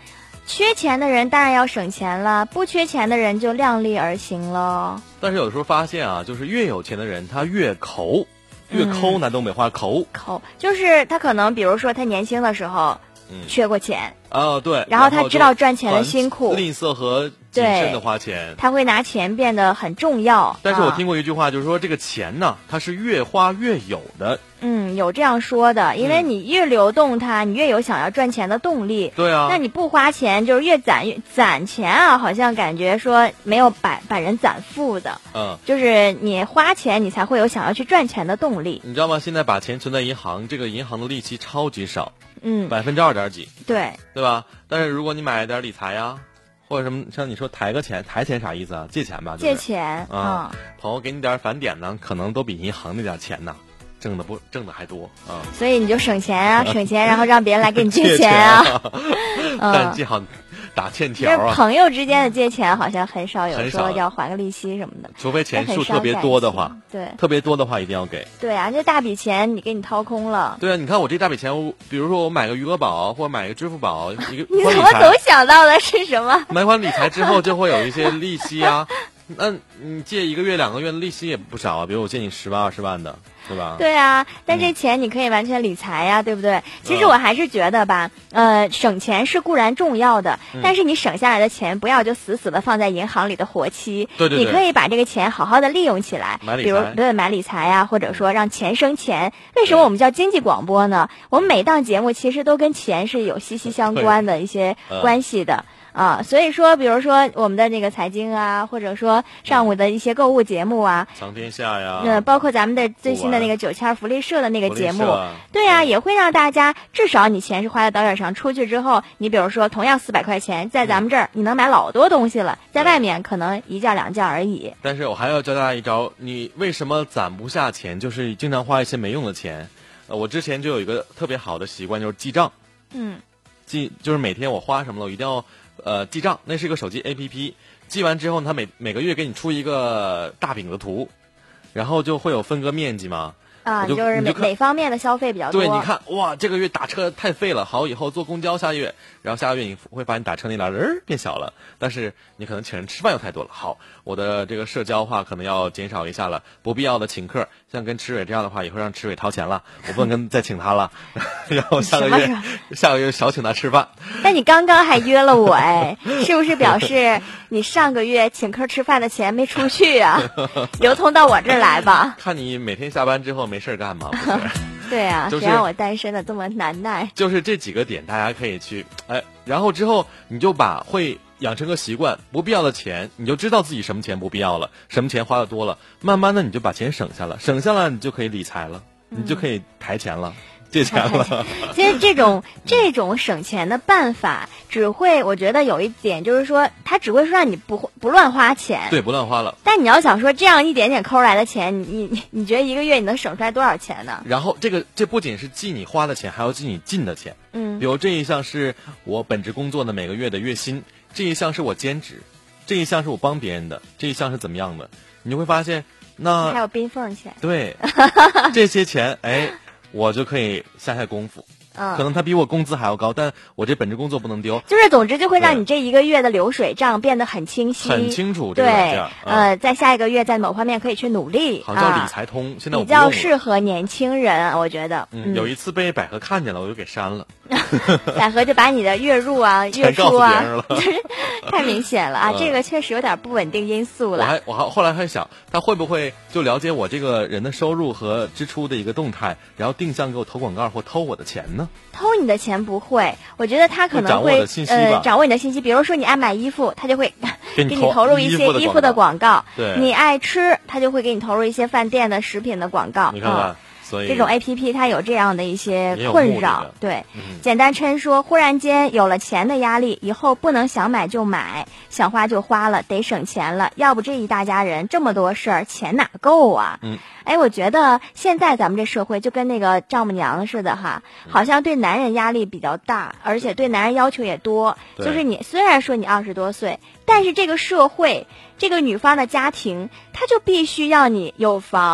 缺钱的人当然要省钱了，不缺钱的人就量力而行了。 但是有的时候发现啊，就是越有钱的人他越抠，越抠南东北话抠抠，就是他可能比如说他年轻的时候。嗯、缺过钱哦，对， 然后他知道赚钱的辛苦， 吝啬和谨慎的花钱， 他会拿钱变得很重要。 但是我听过一句话，就是说这个钱呢，它是越花越有的。 嗯，有这样说的，因为你越流动它，你越有想要赚钱的动力。 对啊， 那你不花钱，就是越攒越攒钱啊，好像感觉说没有把把人攒富的。 嗯， 就是你花钱，你才会有想要去赚钱的动力。 你知道吗？现在把钱存在银行，这个银行的利息超级少。 嗯， 百分之二点几， 对对吧？但是如果你买点理财呀，或者什么，像你说抬个钱，抬钱啥意思啊？借钱吧，就是、 借钱啊、嗯，朋友给你点返点呢，可能都比银行那点钱呢挣的不挣的还多啊。 所以你就省钱啊，省钱，然后让别人来给你借钱啊。 但这样打欠条啊。 朋友之间的借钱好像很少有说要还个利息什么的， 除非钱数特别多的话， 对， 特别多的话一定要给。 对啊，这大笔钱你给你掏空了。 对啊，你看我这大笔钱，比如说我买个余额宝或者买个支付宝，一个你怎么总想到的是什么？ 买款理财之后就会有一些利息啊。那你借一个月两个月的利息也不少啊，比如我借你十万二十万的，对吧？ 对啊，但这钱你可以完全理财呀、啊嗯，对不对？其实我还是觉得吧，呃，省钱是固然重要的，嗯、但是你省下来的钱不要就死死的放在银行里的活期。 对对对。 你可以把这个钱好好的利用起来， 买理财比如对买理财呀、啊，或者说让钱生钱。为什么我们叫经济广播呢？我们每档节目其实都跟钱是有息息相关的一些关系的。啊，所以说，比如说我们的这个财经啊，或者说上午的一些购物节目啊， 藏天下呀， 呃，包括咱们的最新的那个九千福利社的那个节目，对啊，也会让大家至少你钱是花在刀刃上，出去之后，你比如说同样四百块钱，在咱们这儿、嗯、你能买老多东西了，在外面可能一件两件而已。 但是我还要教大家一招，你为什么攒不下钱，就是经常花一些没用的钱。呃，我之前就有一个特别好的习惯，就是记账。 嗯， 记就是每天我花什么了，我一定要。呃，记账，那是一个手机 A P P， 记完之后，它每每个月给你出一个大饼的图，然后就会有分割面积嘛。 啊，就就是每每方面的消费比较多。对，你看，哇，这个月打车太费了，好，以后坐公交下月，然后下个月你会发现打车那栏人儿变小了，但是你可能请人吃饭又太多了，好，我的这个社交话可能要减少一下了，不必要的请客，像跟池伟这样的话，以后让池伟掏钱了，我不能跟再请他了，然后下个月下个月少请他吃饭。 但你刚刚还约了我哎，是不是表示你上个月请客吃饭的钱没出去啊？流通到我这儿来吧。 看你每天下班之后没事干嘛？不是对啊， 就是谁让我单身的这么难耐？ 就是这几个点，大家可以去哎，然后之后你就把会养成个习惯，不必要的钱，你就知道自己什么钱不必要了，什么钱花的多了，慢慢的你就把钱省下了，省下了你就可以理财了， 嗯、 你就可以抬钱了。借钱了。 其实这种这种省钱的办法，只会我觉得有一点就是说，它只会说让你不不乱花钱。 对，不乱花了。 但你要想说这样一点点抠来的钱，你你你觉得一个月你能省出来多少钱呢？ 然后这个这不仅是记你花的钱，还要记你进的钱。 嗯， 比如这一项是我本职工作的每个月的月薪，这一项是我兼职，这一项是我帮别人的，这一项是怎么样的？你就会发现，那还有冰缝钱。 对，这些钱，哎。我就可以下下功夫， 嗯， 可能他比我工资还要高，但我这本职工作不能丢。 就是总之就会让你这一个月的流水账变得很清晰， 很清楚。 对， 这个嗯、呃，在下一个月在某方面可以去努力。 好叫理财通，啊、现在我比较适合年轻人，我觉得。 嗯，有一次被百合看见了，我就给删了。 百合就把你的月入啊、月初啊，太明显了啊、嗯！这个确实有点不稳定因素了。 我还我还后来还想，他会不会就了解我这个人的收入和支出的一个动态，然后定向给我投广告或偷我的钱呢？ 偷你的钱不会，我觉得他可能会呃掌握你的信息。比如说你爱买衣服，他就会给你投入一些衣服的广告； 对， 你爱吃，他就会给你投入一些饭店的食品的广告。 你看看。 嗯所以这种 A P P 它有这样的一些困扰，对、 嗯。 简单琛说，忽然间有了钱的压力，以后不能想买就买，想花就花了，得省钱了，要不这一大家人这么多事儿，钱哪够啊？ 嗯， 哎，我觉得现在咱们这社会就跟那个丈母娘似的哈，好像对男人压力比较大，而且对男人要求也多。就是你虽然说你二十多岁，但是这个社会，这个女方的家庭，她就必须要你有房。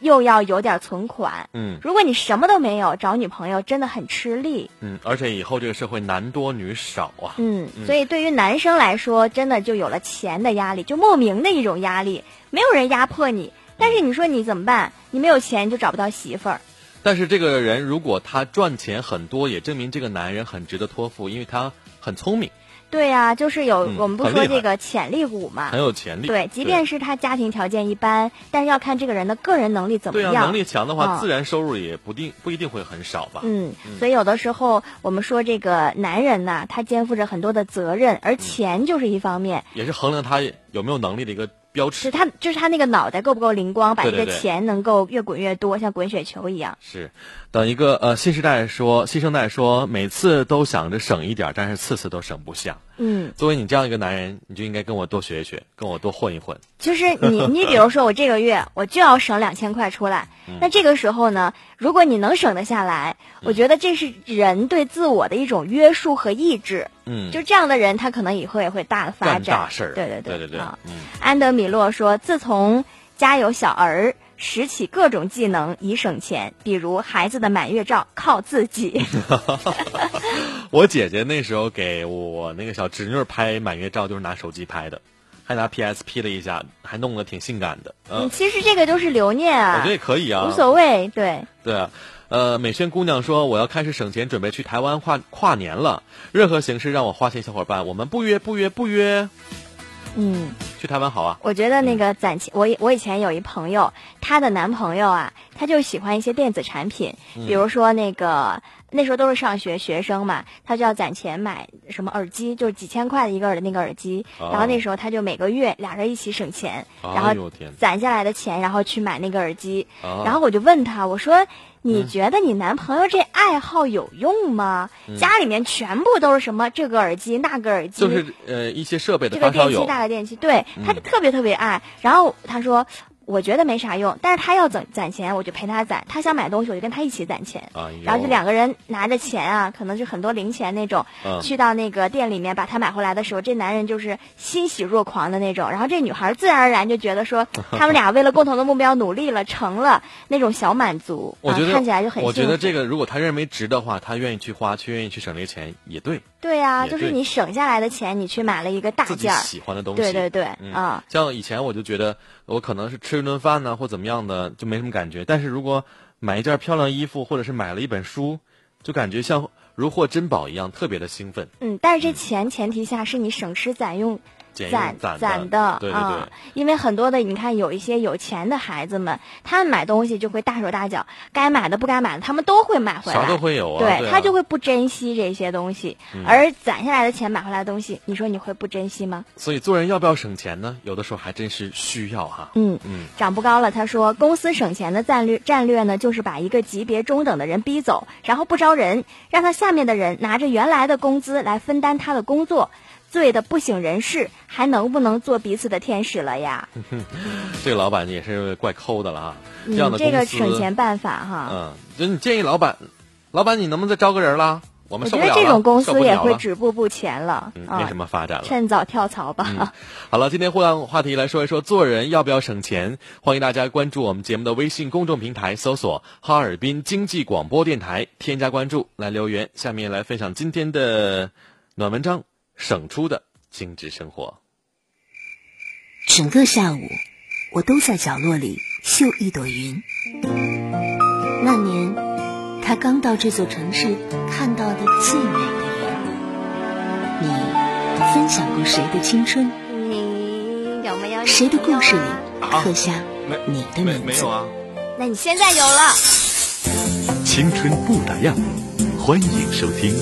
又要有点存款。 嗯， 如果你什么都没有，找女朋友真的很吃力。 嗯，而且以后这个社会男多女少啊。 嗯，所以对于男生来说，真的就有了钱的压力，就莫名的一种压力，没有人压迫你，但是你说你怎么办？你没有钱就找不到媳妇儿。 但是这个人如果他赚钱很多，也证明这个男人很值得托付，因为他很聪明。 对呀、啊，就是有、 嗯、 我们不说这个潜力股嘛， 很有潜力。 对，即便是他家庭条件一般，但是要看这个人的个人能力怎么样。 对啊，能力强的话、 嗯， 自然收入也不定不一定会很少吧。 嗯， 嗯所以有的时候我们说这个男人呐，他肩负着很多的责任，而钱就是一方面， 也是衡量他有没有能力的一个标尺。 是他就是他那个脑袋够不够灵光，把这个对对对钱能够越滚越多，像滚雪球一样。 是，等一个呃新时代说新生代说，每次都想着省一点，但是次次都省不下。 嗯， 作为你这样一个男人，你就应该跟我多学一学，跟我多混一混。 就是你，你比如说我这个月我就要省两千块出来， 嗯、 那这个时候呢，如果你能省得下来， 嗯、 我觉得这是人对自我的一种约束和意志。 嗯， 就这样的人，他可能以后也会大的发展。 干大事儿。 对对对对对。 啊， 嗯， 安德米洛说，自从家有小儿，拾起各种技能以省钱，比如孩子的满月照靠自己。 我姐姐那时候给我那个小侄女拍满月照，就是拿手机拍的，还拿 P S P 了一下，还弄得挺性感的。 嗯，其实这个都是留念啊， 我觉得也可以啊， 无所谓。对对啊。呃，美萱姑娘说，我要开始省钱，准备去台湾跨跨年了。任何形式让我花钱，小伙伴，我们不约不约不约。 嗯， 去台湾好啊。 我觉得那个攒钱，我我以前有一朋友，她的男朋友啊，他就喜欢一些电子产品，比如说那个。那时候都是上学学生嘛，他就要攒钱买什么耳机，就是几千块的一个耳的那个耳机、哦、然后那时候他就每个月俩人一起省钱、哦、然后攒下来的钱然后去买那个耳机、哦、然后我就问他，我说你觉得你男朋友这爱好有用吗、嗯、家里面全部都是什么这个耳机那个耳机， 就是呃一些设备的这个电器大的电器，对、嗯、他就特别特别爱。然后他说我觉得没啥用，但是他要攒攒钱，我就陪他攒。他想买东西，我就跟他一起攒钱。 哎、 然后就两个人拿着钱啊，可能就很多零钱那种、嗯，去到那个店里面把它买回来的时候，这男人就是欣喜若狂的那种。然后这女孩自然而然就觉得说，他们俩为了共同的目标努力了，成了那种小满足。 我觉得、 啊、看起来就很幸福。 我觉得这个如果他认为值的话，他愿意去花，去愿意去省这个钱也对。 对呀、啊，就是你省下来的钱，你去买了一个大件自己喜欢的东西。 对对对， 嗯、 啊， 像以前我就觉得我可能是吃一顿饭呢，或怎么样的，就没什么感觉。但是如果买一件漂亮衣服，或者是买了一本书，就感觉像如获珍宝一样，特别的兴奋。 嗯，但是这钱前提下是你省吃攒用。攒攒的， 对对对、 嗯，因为很多的，你看有一些有钱的孩子们，他们买东西就会大手大脚，该买的不该买的，他们都会买回来， 啥都会有啊， 对， 对啊他就会不珍惜这些东西、嗯，而攒下来的钱买回来的东西，你说你会不珍惜吗？ 所以做人要不要省钱呢？有的时候还真是需要哈。 嗯嗯， 长不高了，他说公司省钱的战略战略呢，就是把一个级别中等的人逼走，然后不招人，让他下面的人拿着原来的工资来分担他的工作。醉的不省人事，还能不能做彼此的天使了呀？ 这个老板也是怪抠的了啊！ 嗯、 这样的公司， 这个省钱办法哈。 嗯，就你建议老板，老板你能不能再招个人啦？我们受不了了。 我觉得这种公司也会止步不前了， 嗯，没什么发展了， 趁早跳槽吧。 嗯、好了，今天互动话题来说一说做人要不要省钱。欢迎大家关注我们节目的微信公众平台，搜索哈尔滨经济广播电台，添加关注来留言。下面来分享今天的暖文章。省出的精致生活。 整个下午，我都在角落里绣一朵云。那年，他刚到这座城市看到的最美的云。你分享过谁的青春？ 你有没有？ 谁的故事里刻下你的名字？ 没有啊。 那你现在有了。 青春不打烊，欢迎收听。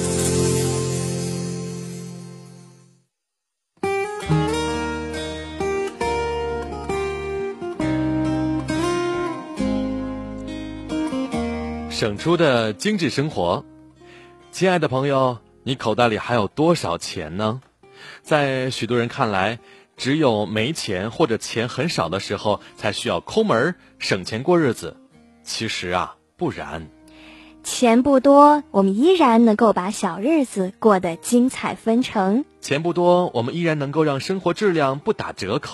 省出的精致生活。亲爱的朋友，你口袋里还有多少钱呢？在许多人看来，只有没钱或者钱很少的时候才需要抠门省钱过日子。其实啊，不然。 钱不多，我们依然能够把小日子过得精彩纷呈。 钱不多，我们依然能够让生活质量不打折扣。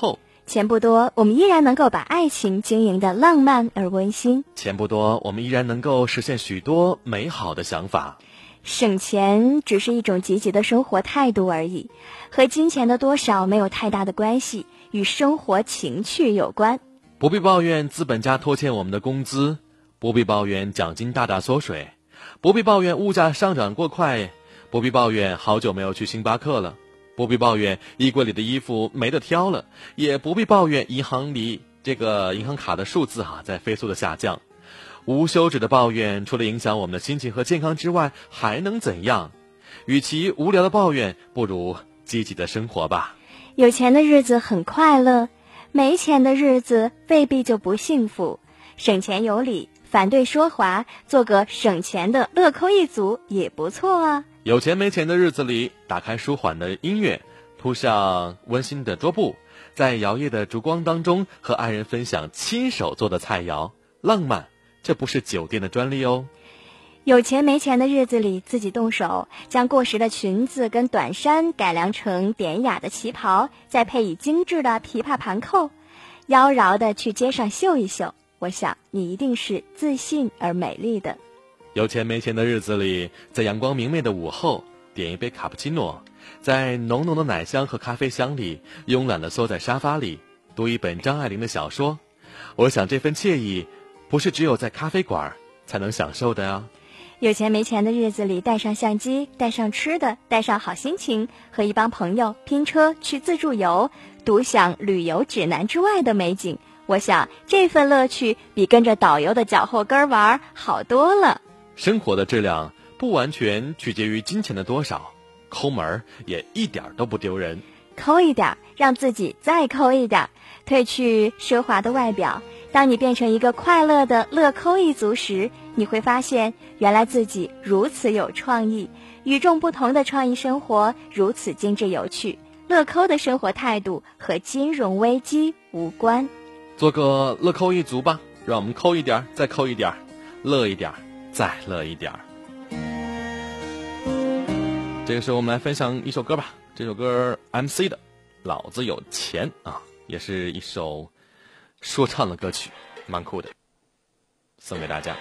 钱不多，我们依然能够把爱情经营的浪漫而温馨。 钱不多，我们依然能够实现许多美好的想法。 省钱只是一种积极的生活态度而已，和金钱的多少没有太大的关系，与生活情趣有关。 不必抱怨资本家拖欠我们的工资，不必抱怨奖金大大缩水，不必抱怨物价上涨过快，不必抱怨好久没有去星巴克了，不必抱怨衣柜里的衣服没得挑了，也不必抱怨银行里这个银行卡的数字哈、啊、在飞速的下降。无休止的抱怨除了影响我们的心情和健康之外还能怎样？与其无聊的抱怨，不如积极的生活吧。 有钱的日子很快乐，没钱的日子未必就不幸福。省钱有理，反对说滑，做个省钱的乐抠一族也不错啊。 有钱没钱的日子里，打开舒缓的音乐，铺上温馨的桌布，在摇曳的烛光当中和爱人分享亲手做的菜肴，浪漫，这不是酒店的专利哦。 有钱没钱的日子里，自己动手，将过时的裙子跟短衫改良成典雅的旗袍，再配以精致的琵琶盘扣，妖娆的去街上秀一秀。我想你一定是自信而美丽的。 有钱没钱的日子里，在阳光明媚的午后，点一杯卡布奇诺，在浓浓的奶香和咖啡香里，慵懒地缩在沙发里，读一本张爱玲的小说。我想这份惬意，不是只有在咖啡馆才能享受的呀。 有钱没钱的日子里，带上相机，带上吃的，带上好心情，和一帮朋友拼车去自助游，独享旅游指南之外的美景。我想这份乐趣比跟着导游的脚后跟玩好多了。 生活的质量不完全取决于金钱的多少，抠门也一点都不丢人。 抠一点，让自己再抠一点，褪去奢华的外表。当你变成一个快乐的乐抠一族时，你会发现原来自己如此有创意，与众不同的创意生活如此精致有趣。乐抠的生活态度和金融危机无关。 做个乐抠一族吧，让我们抠一点再抠一点，乐一点再乐一点。这个时候我们来分享一首歌吧，这首歌 M C 的老子有钱啊，也是一首说唱的歌曲，蛮酷的，送给大家。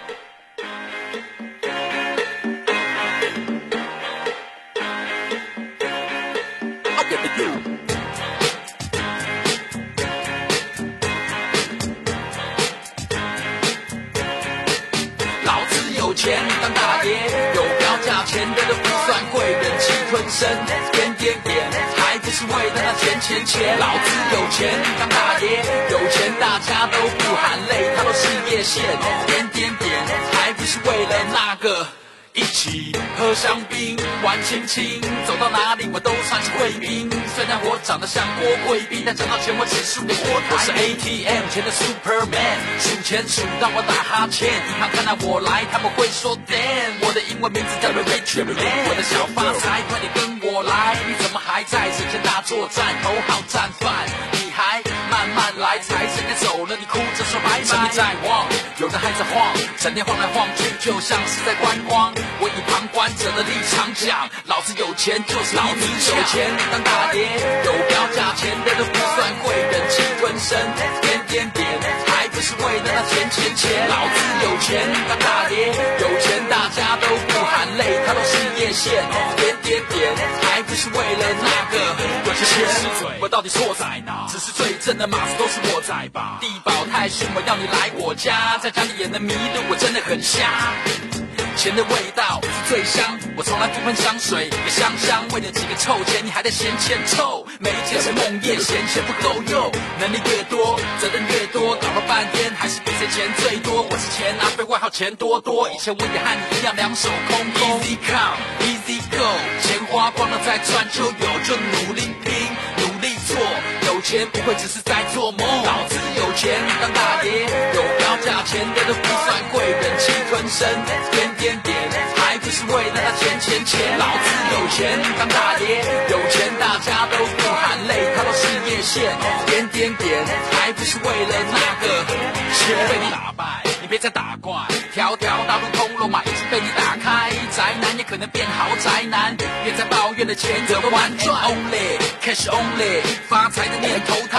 老子有钱当大爷，有标价钱的都不算贵，忍气吞声，点点点，还不是为了那钱钱钱。老子有钱当大爷，有钱大家都不喊累，他都事业线，点点点，还不是为了那个。一起喝香槟，玩亲亲，走到哪里我都算是贵宾。虽然我长得像郭贵宾，但讲到钱我只输给郭台。我是 A T M 钱的 Superman， 数钱数让我打哈欠。银行看到我来，他们会说 Damn， 我的英文名字叫做 Rich Man。我的小发财，快点跟我来！你怎么还在省钱大作战，头好战犯？你还慢慢来，财神也走了，你哭着说拜拜。生意在旺，有人还在晃，整天晃来晃去，就像是在观光。我以旁观者的立场讲，老子有钱就是老子有钱当大爷，有标价钱的都不算贵，忍气吞声，点点点，还不是为了那钱钱钱。老子有钱当大爷，有钱大家都不喊累，他都事业线，点点点，还不是为了那个有钱。我到底错在哪？只是最正的马子都是我在吧？地保太逊，我要你来我家，在家里也能迷路，我真的很瞎。钱的味道是最香，我从来不喷香水，也香香。为了几个臭钱，你还在嫌钱臭？没钱是梦魇，嫌钱不够用。能力越多，责任越多，搞了半天还是比谁钱最多。我是钱拿飞，外号钱多多。以前我也和你一样两手空空。Easy come, easy go， 钱花光了再赚就有，就努力拼，努力做。有钱不会只是在做梦，老子有钱当大爷，有标价钱的都不算贵，忍气吞声，点点点，还不是为了那钱钱钱。老子有钱当大爷，有钱大家都不喊累，他都事业线，点点点，还不是为了那个钱。被你打败，你别再打怪，条条大路通罗马已经被你打开，宅男也可能变豪宅男，别再抱怨了钱怎么玩转 ，Only cash only， 发财的念头他无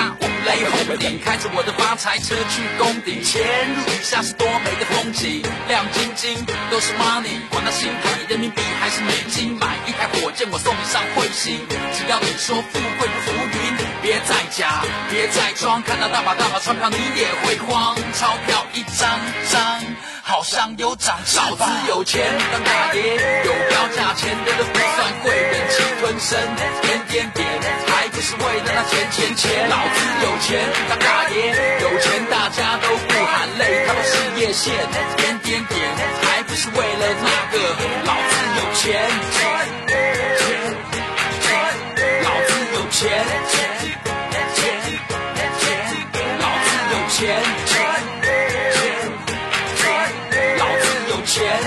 雷轰顶，开着我的发财车去攻顶，前路底下是多美的风景，亮晶晶都是 money， 管它新台人民币还是美金，买一台火箭我送你上彗星，只要你说富贵不浮云，别再假别再装，看到大把大把钞票你也会慌，钞票一张张好像有长翅膀，老子有钱当大爷，有标价钱的都不算贵人气吞声，点点点还不是为了那钱钱钱，老子有钱当大爷，有钱大家都不喊累，他们事业线点点点还不是为了那个，老子有钱老子有钱老子有钱老子有钱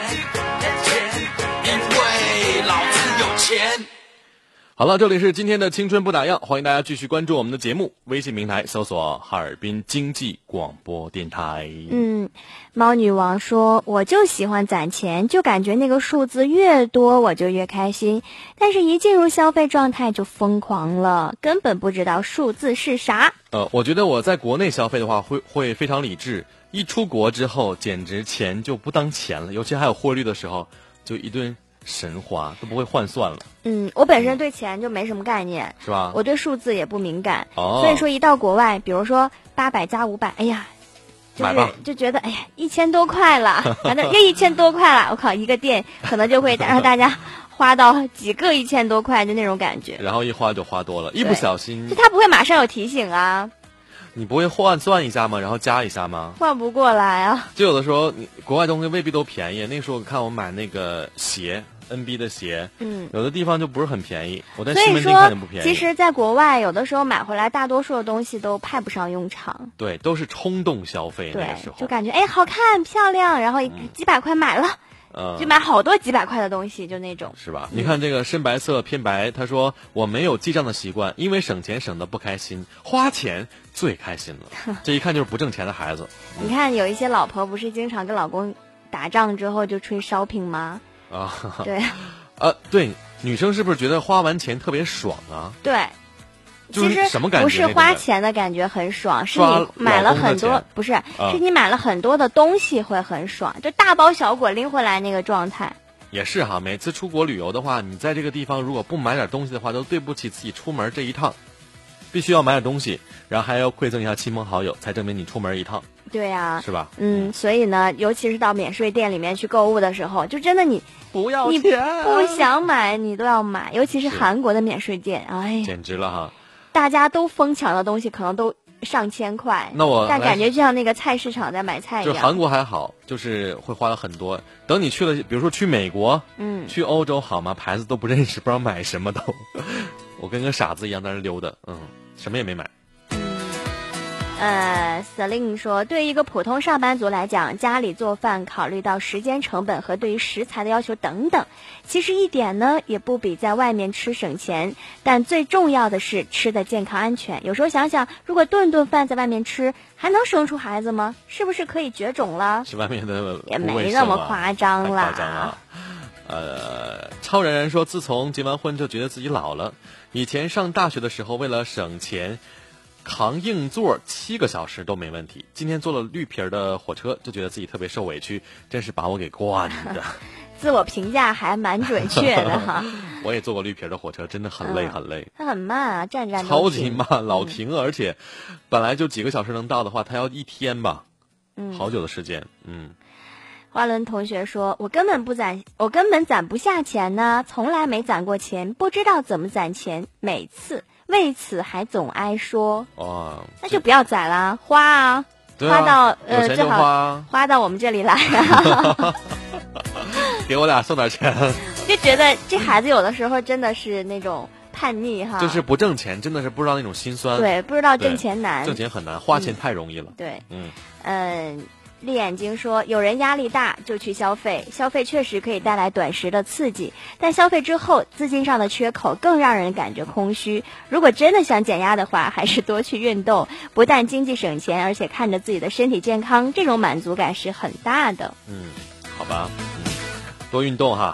因为老子有钱。 好了，这里是今天的青春不打烊，欢迎大家继续关注我们的节目，微信平台搜索哈尔滨经济广播电台。 嗯，猫女王说，我就喜欢攒钱，就感觉那个数字越多我就越开心，但是一进入消费状态就疯狂了，根本不知道数字是啥。 呃，我觉得我在国内消费的话会会非常理智，一出国之后简直钱就不当钱了，尤其还有汇率的时候就一顿神花，都不会换算了。 嗯，我本身对钱就没什么概念， 是吧？ 我对数字也不敏感， 哦， 所以说一到国外，比如说八百加五百，哎呀，就是就觉得哎呀一千多块了，反正又一千多块了，我靠，一个店可能就会让大家花到几个一千多块的那种感觉， 然后一花就花多了，一不小心就他不会马上有提醒啊。 你不会换算一下吗？然后加一下吗？ 换不过来啊！ 就有的时候，你国外东西未必都便宜。那个时候我看我买那个鞋 ，N B 的鞋，嗯，有的地方就不是很便宜。我在西门町看就不便宜。 其实，在国外有的时候买回来，大多数的东西都派不上用场。 对，都是冲动消费。 对， 那个时候就感觉哎好看漂亮，然后几百块买了。嗯就买好多几百块的东西，就那种是吧？你看这个深白色偏白，他说我没有记账的习惯，因为省钱省得不开心，花钱最开心了。这一看就是不挣钱的孩子。 你看有一些老婆不是经常跟老公打仗之后就吹 shopping 吗？ 啊， 对， 呃，对，女生是不是觉得花完钱特别爽啊？ 对。 其实什么感觉？不是花钱的感觉很爽，是你买了很多，不是，是你买了很多的东西会很爽，就大包小裹拎回来那个状态。 也是哈，每次出国旅游的话，你在这个地方如果不买点东西的话，都对不起自己出门这一趟，必须要买点东西，然后还要馈赠一下亲朋好友，才证明你出门一趟。 对呀、啊， 是吧？ 嗯，所以呢，尤其是到免税店里面去购物的时候，就真的你不要钱， 你不想买你都要买，尤其是韩国的免税店，哎， 简直了哈！ 大家都疯抢的东西可能都上千块， 那我但感觉就像那个菜市场在买菜一样。 就韩国还好，就是会花了很多。等你去了，比如说去美国， 嗯， 去欧洲好吗？牌子都不认识，不知道买什么都。我跟个傻子一样在那溜达，嗯，什么也没买。 呃 Celine 说，对于一个普通上班族来讲，家里做饭考虑到时间成本和对于食材的要求等等，其实一点呢也不比在外面吃省钱，但最重要的是吃的健康安全。有时候想想，如果顿顿饭在外面吃，还能生出孩子吗？是不是可以绝种了？ 是外面的、啊、 也没那么夸张啦。 夸张了。呃，超然然说，自从结完婚就觉得自己老了。以前上大学的时候，为了省钱，扛硬座七个小时都没问题。今天坐了绿皮的火车，就觉得自己特别受委屈，真是把我给惯的。 自我评价还蛮准确的哈。 我也坐过绿皮的火车，真的很累、嗯、很累。 它很慢啊，站站超级慢，老停、嗯、而且本来就几个小时能到的话，它要一天吧，嗯，好久的时间，嗯。 花轮同学说，我根本不攒，我根本攒不下钱呢，从来没攒过钱，不知道怎么攒钱，每次为此还总挨说。 哦， 那就不要攒啦，花啊， 啊花到呃最好花到我们这里来啊。 给我俩送点钱。 就觉得这孩子有的时候真的是那种叛逆哈， 就是不挣钱，真的是不知道那种心酸。 对，不知道挣钱难， 挣钱很难，花钱太容易了。 嗯、对， 嗯嗯。呃丽眼睛说，有人压力大就去消费，消费确实可以带来短时的刺激，但消费之后资金上的缺口更让人感觉空虚。如果真的想减压的话，还是多去运动，不但经济省钱，而且看着自己的身体健康，这种满足感是很大的。 嗯，好吧，多运动哈。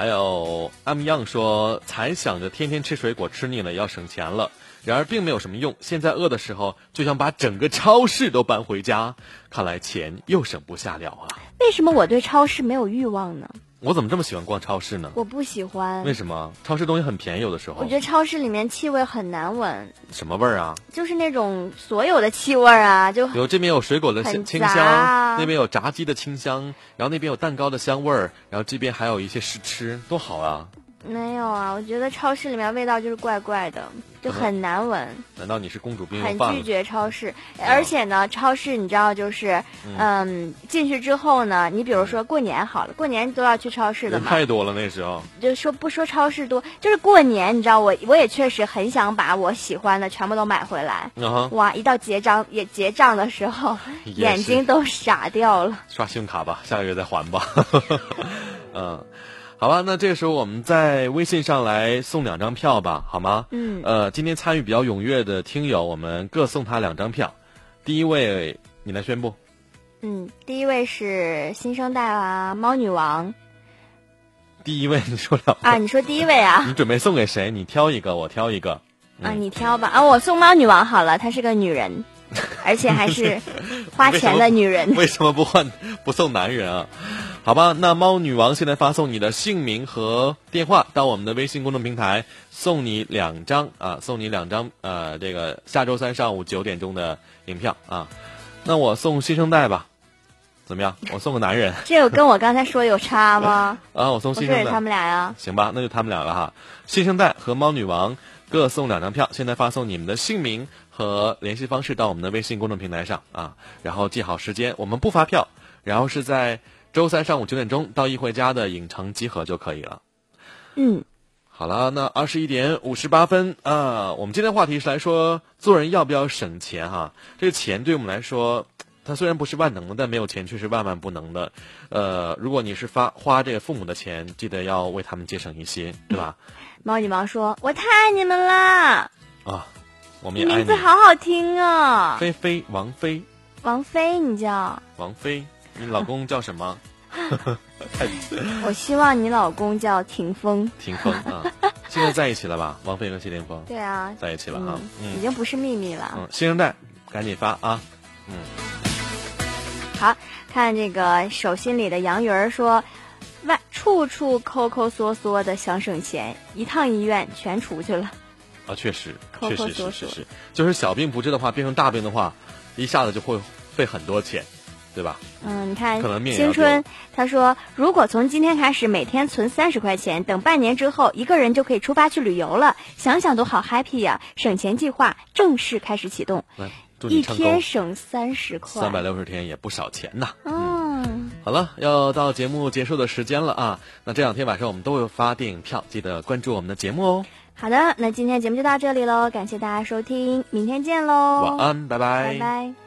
还有阿米样说，才想着天天吃水果吃腻了要省钱了，然而并没有什么用，现在饿的时候就想把整个超市都搬回家，看来钱又省不下了啊。 为什么我对超市没有欲望呢？ 我怎么这么喜欢逛超市呢？ 我不喜欢。 为什么？超市东西很便宜，有的时候。 我觉得超市里面气味很难闻。 什么味儿啊？ 就是那种所有的气味啊，就有这边有水果的清香，那边有炸鸡的清香，然后那边有蛋糕的香味儿，然后这边还有一些试吃，多好啊！ 没有啊，我觉得超市里面味道就是怪怪的，就很难闻。 难道你是公主病又犯了？ 很拒绝超市，而且呢，超市你知道就是，嗯，进去之后呢，你比如说过年好了，过年都要去超市的嘛。 人太多了那时候。 就说不说超市多，就是过年，你知道我我也确实很想把我喜欢的全部都买回来。 Uh-huh. 哇，一到结账也结账的时候，眼睛都傻掉了。 刷信用卡吧，下个月再还吧。嗯。好吧，那这个时候我们在微信上来送两张票吧，好吗？ 嗯。 呃，今天参与比较踊跃的听友，我们各送他两张票。第一位，你来宣布。 嗯，第一位是新生代啊，猫女王。 第一位，你说两啊？你说第一位啊？ 你准备送给谁？你挑一个，我挑一个。 嗯、啊，你挑吧。啊，我送猫女王好了，她是个女人，而且还是花钱的女人。 为什么, 为什么不换不送男人啊？好吧，那猫女王现在发送你的姓名和电话到我们的微信公众平台，送你两张啊，送你两张呃，这个下周三上午九点钟的影票啊。那我送新生代吧，怎么样？我送个男人。 这个跟我刚才说有差吗？ 啊，我送新生代。 我说他们俩呀。 行吧，那就他们俩了哈。新生代和猫女王各送两张票，现在发送你们的姓名和联系方式到我们的微信公众平台上啊，然后记好时间，我们不发票，然后是在周三上午九点钟到议会家的影城集合就可以了。 嗯， 好了，那二十一点五十八分啊，我们今天话题是来说做人要不要省钱哈。这个钱对我们来说，它虽然不是万能的，但没有钱却是万万不能的。呃，如果你是发花这个父母的钱，记得要为他们节省一些，对吧？ 猫女王说：“我太爱你们啦！” 啊，我们也爱你。 名字好好听啊！ 菲菲，王菲。 王菲，你叫？ 王菲。你老公叫什么？ 我希望你老公叫霆锋。 霆锋啊，现在在一起了吧？王菲和谢霆锋。 对啊， 在一起了哈、 嗯，已经不是秘密了。 嗯，新生代赶紧发啊！嗯， 好看这个手心里的杨鱼儿说，外处处抠抠缩缩的想省钱，一趟医院全出去了。 啊，确实， 抠抠确实缩缩是是是，就是小病不治的话，变成大病的话，一下子就会费很多钱。对吧？ 嗯，你看， 可能青春他说，如果从今天开始每天存三十块钱，等半年之后，一个人就可以出发去旅游了。想想都好 happy 呀、啊！省钱计划正式开始启动，一天省三十块， 三百六十天也不少钱呐。 嗯， 嗯好了，要到节目结束的时间了啊！那这两天晚上我们都有发电影票，记得关注我们的节目哦。 好的，那今天节目就到这里喽，感谢大家收听，明天见喽！ 晚安，拜拜， 拜拜。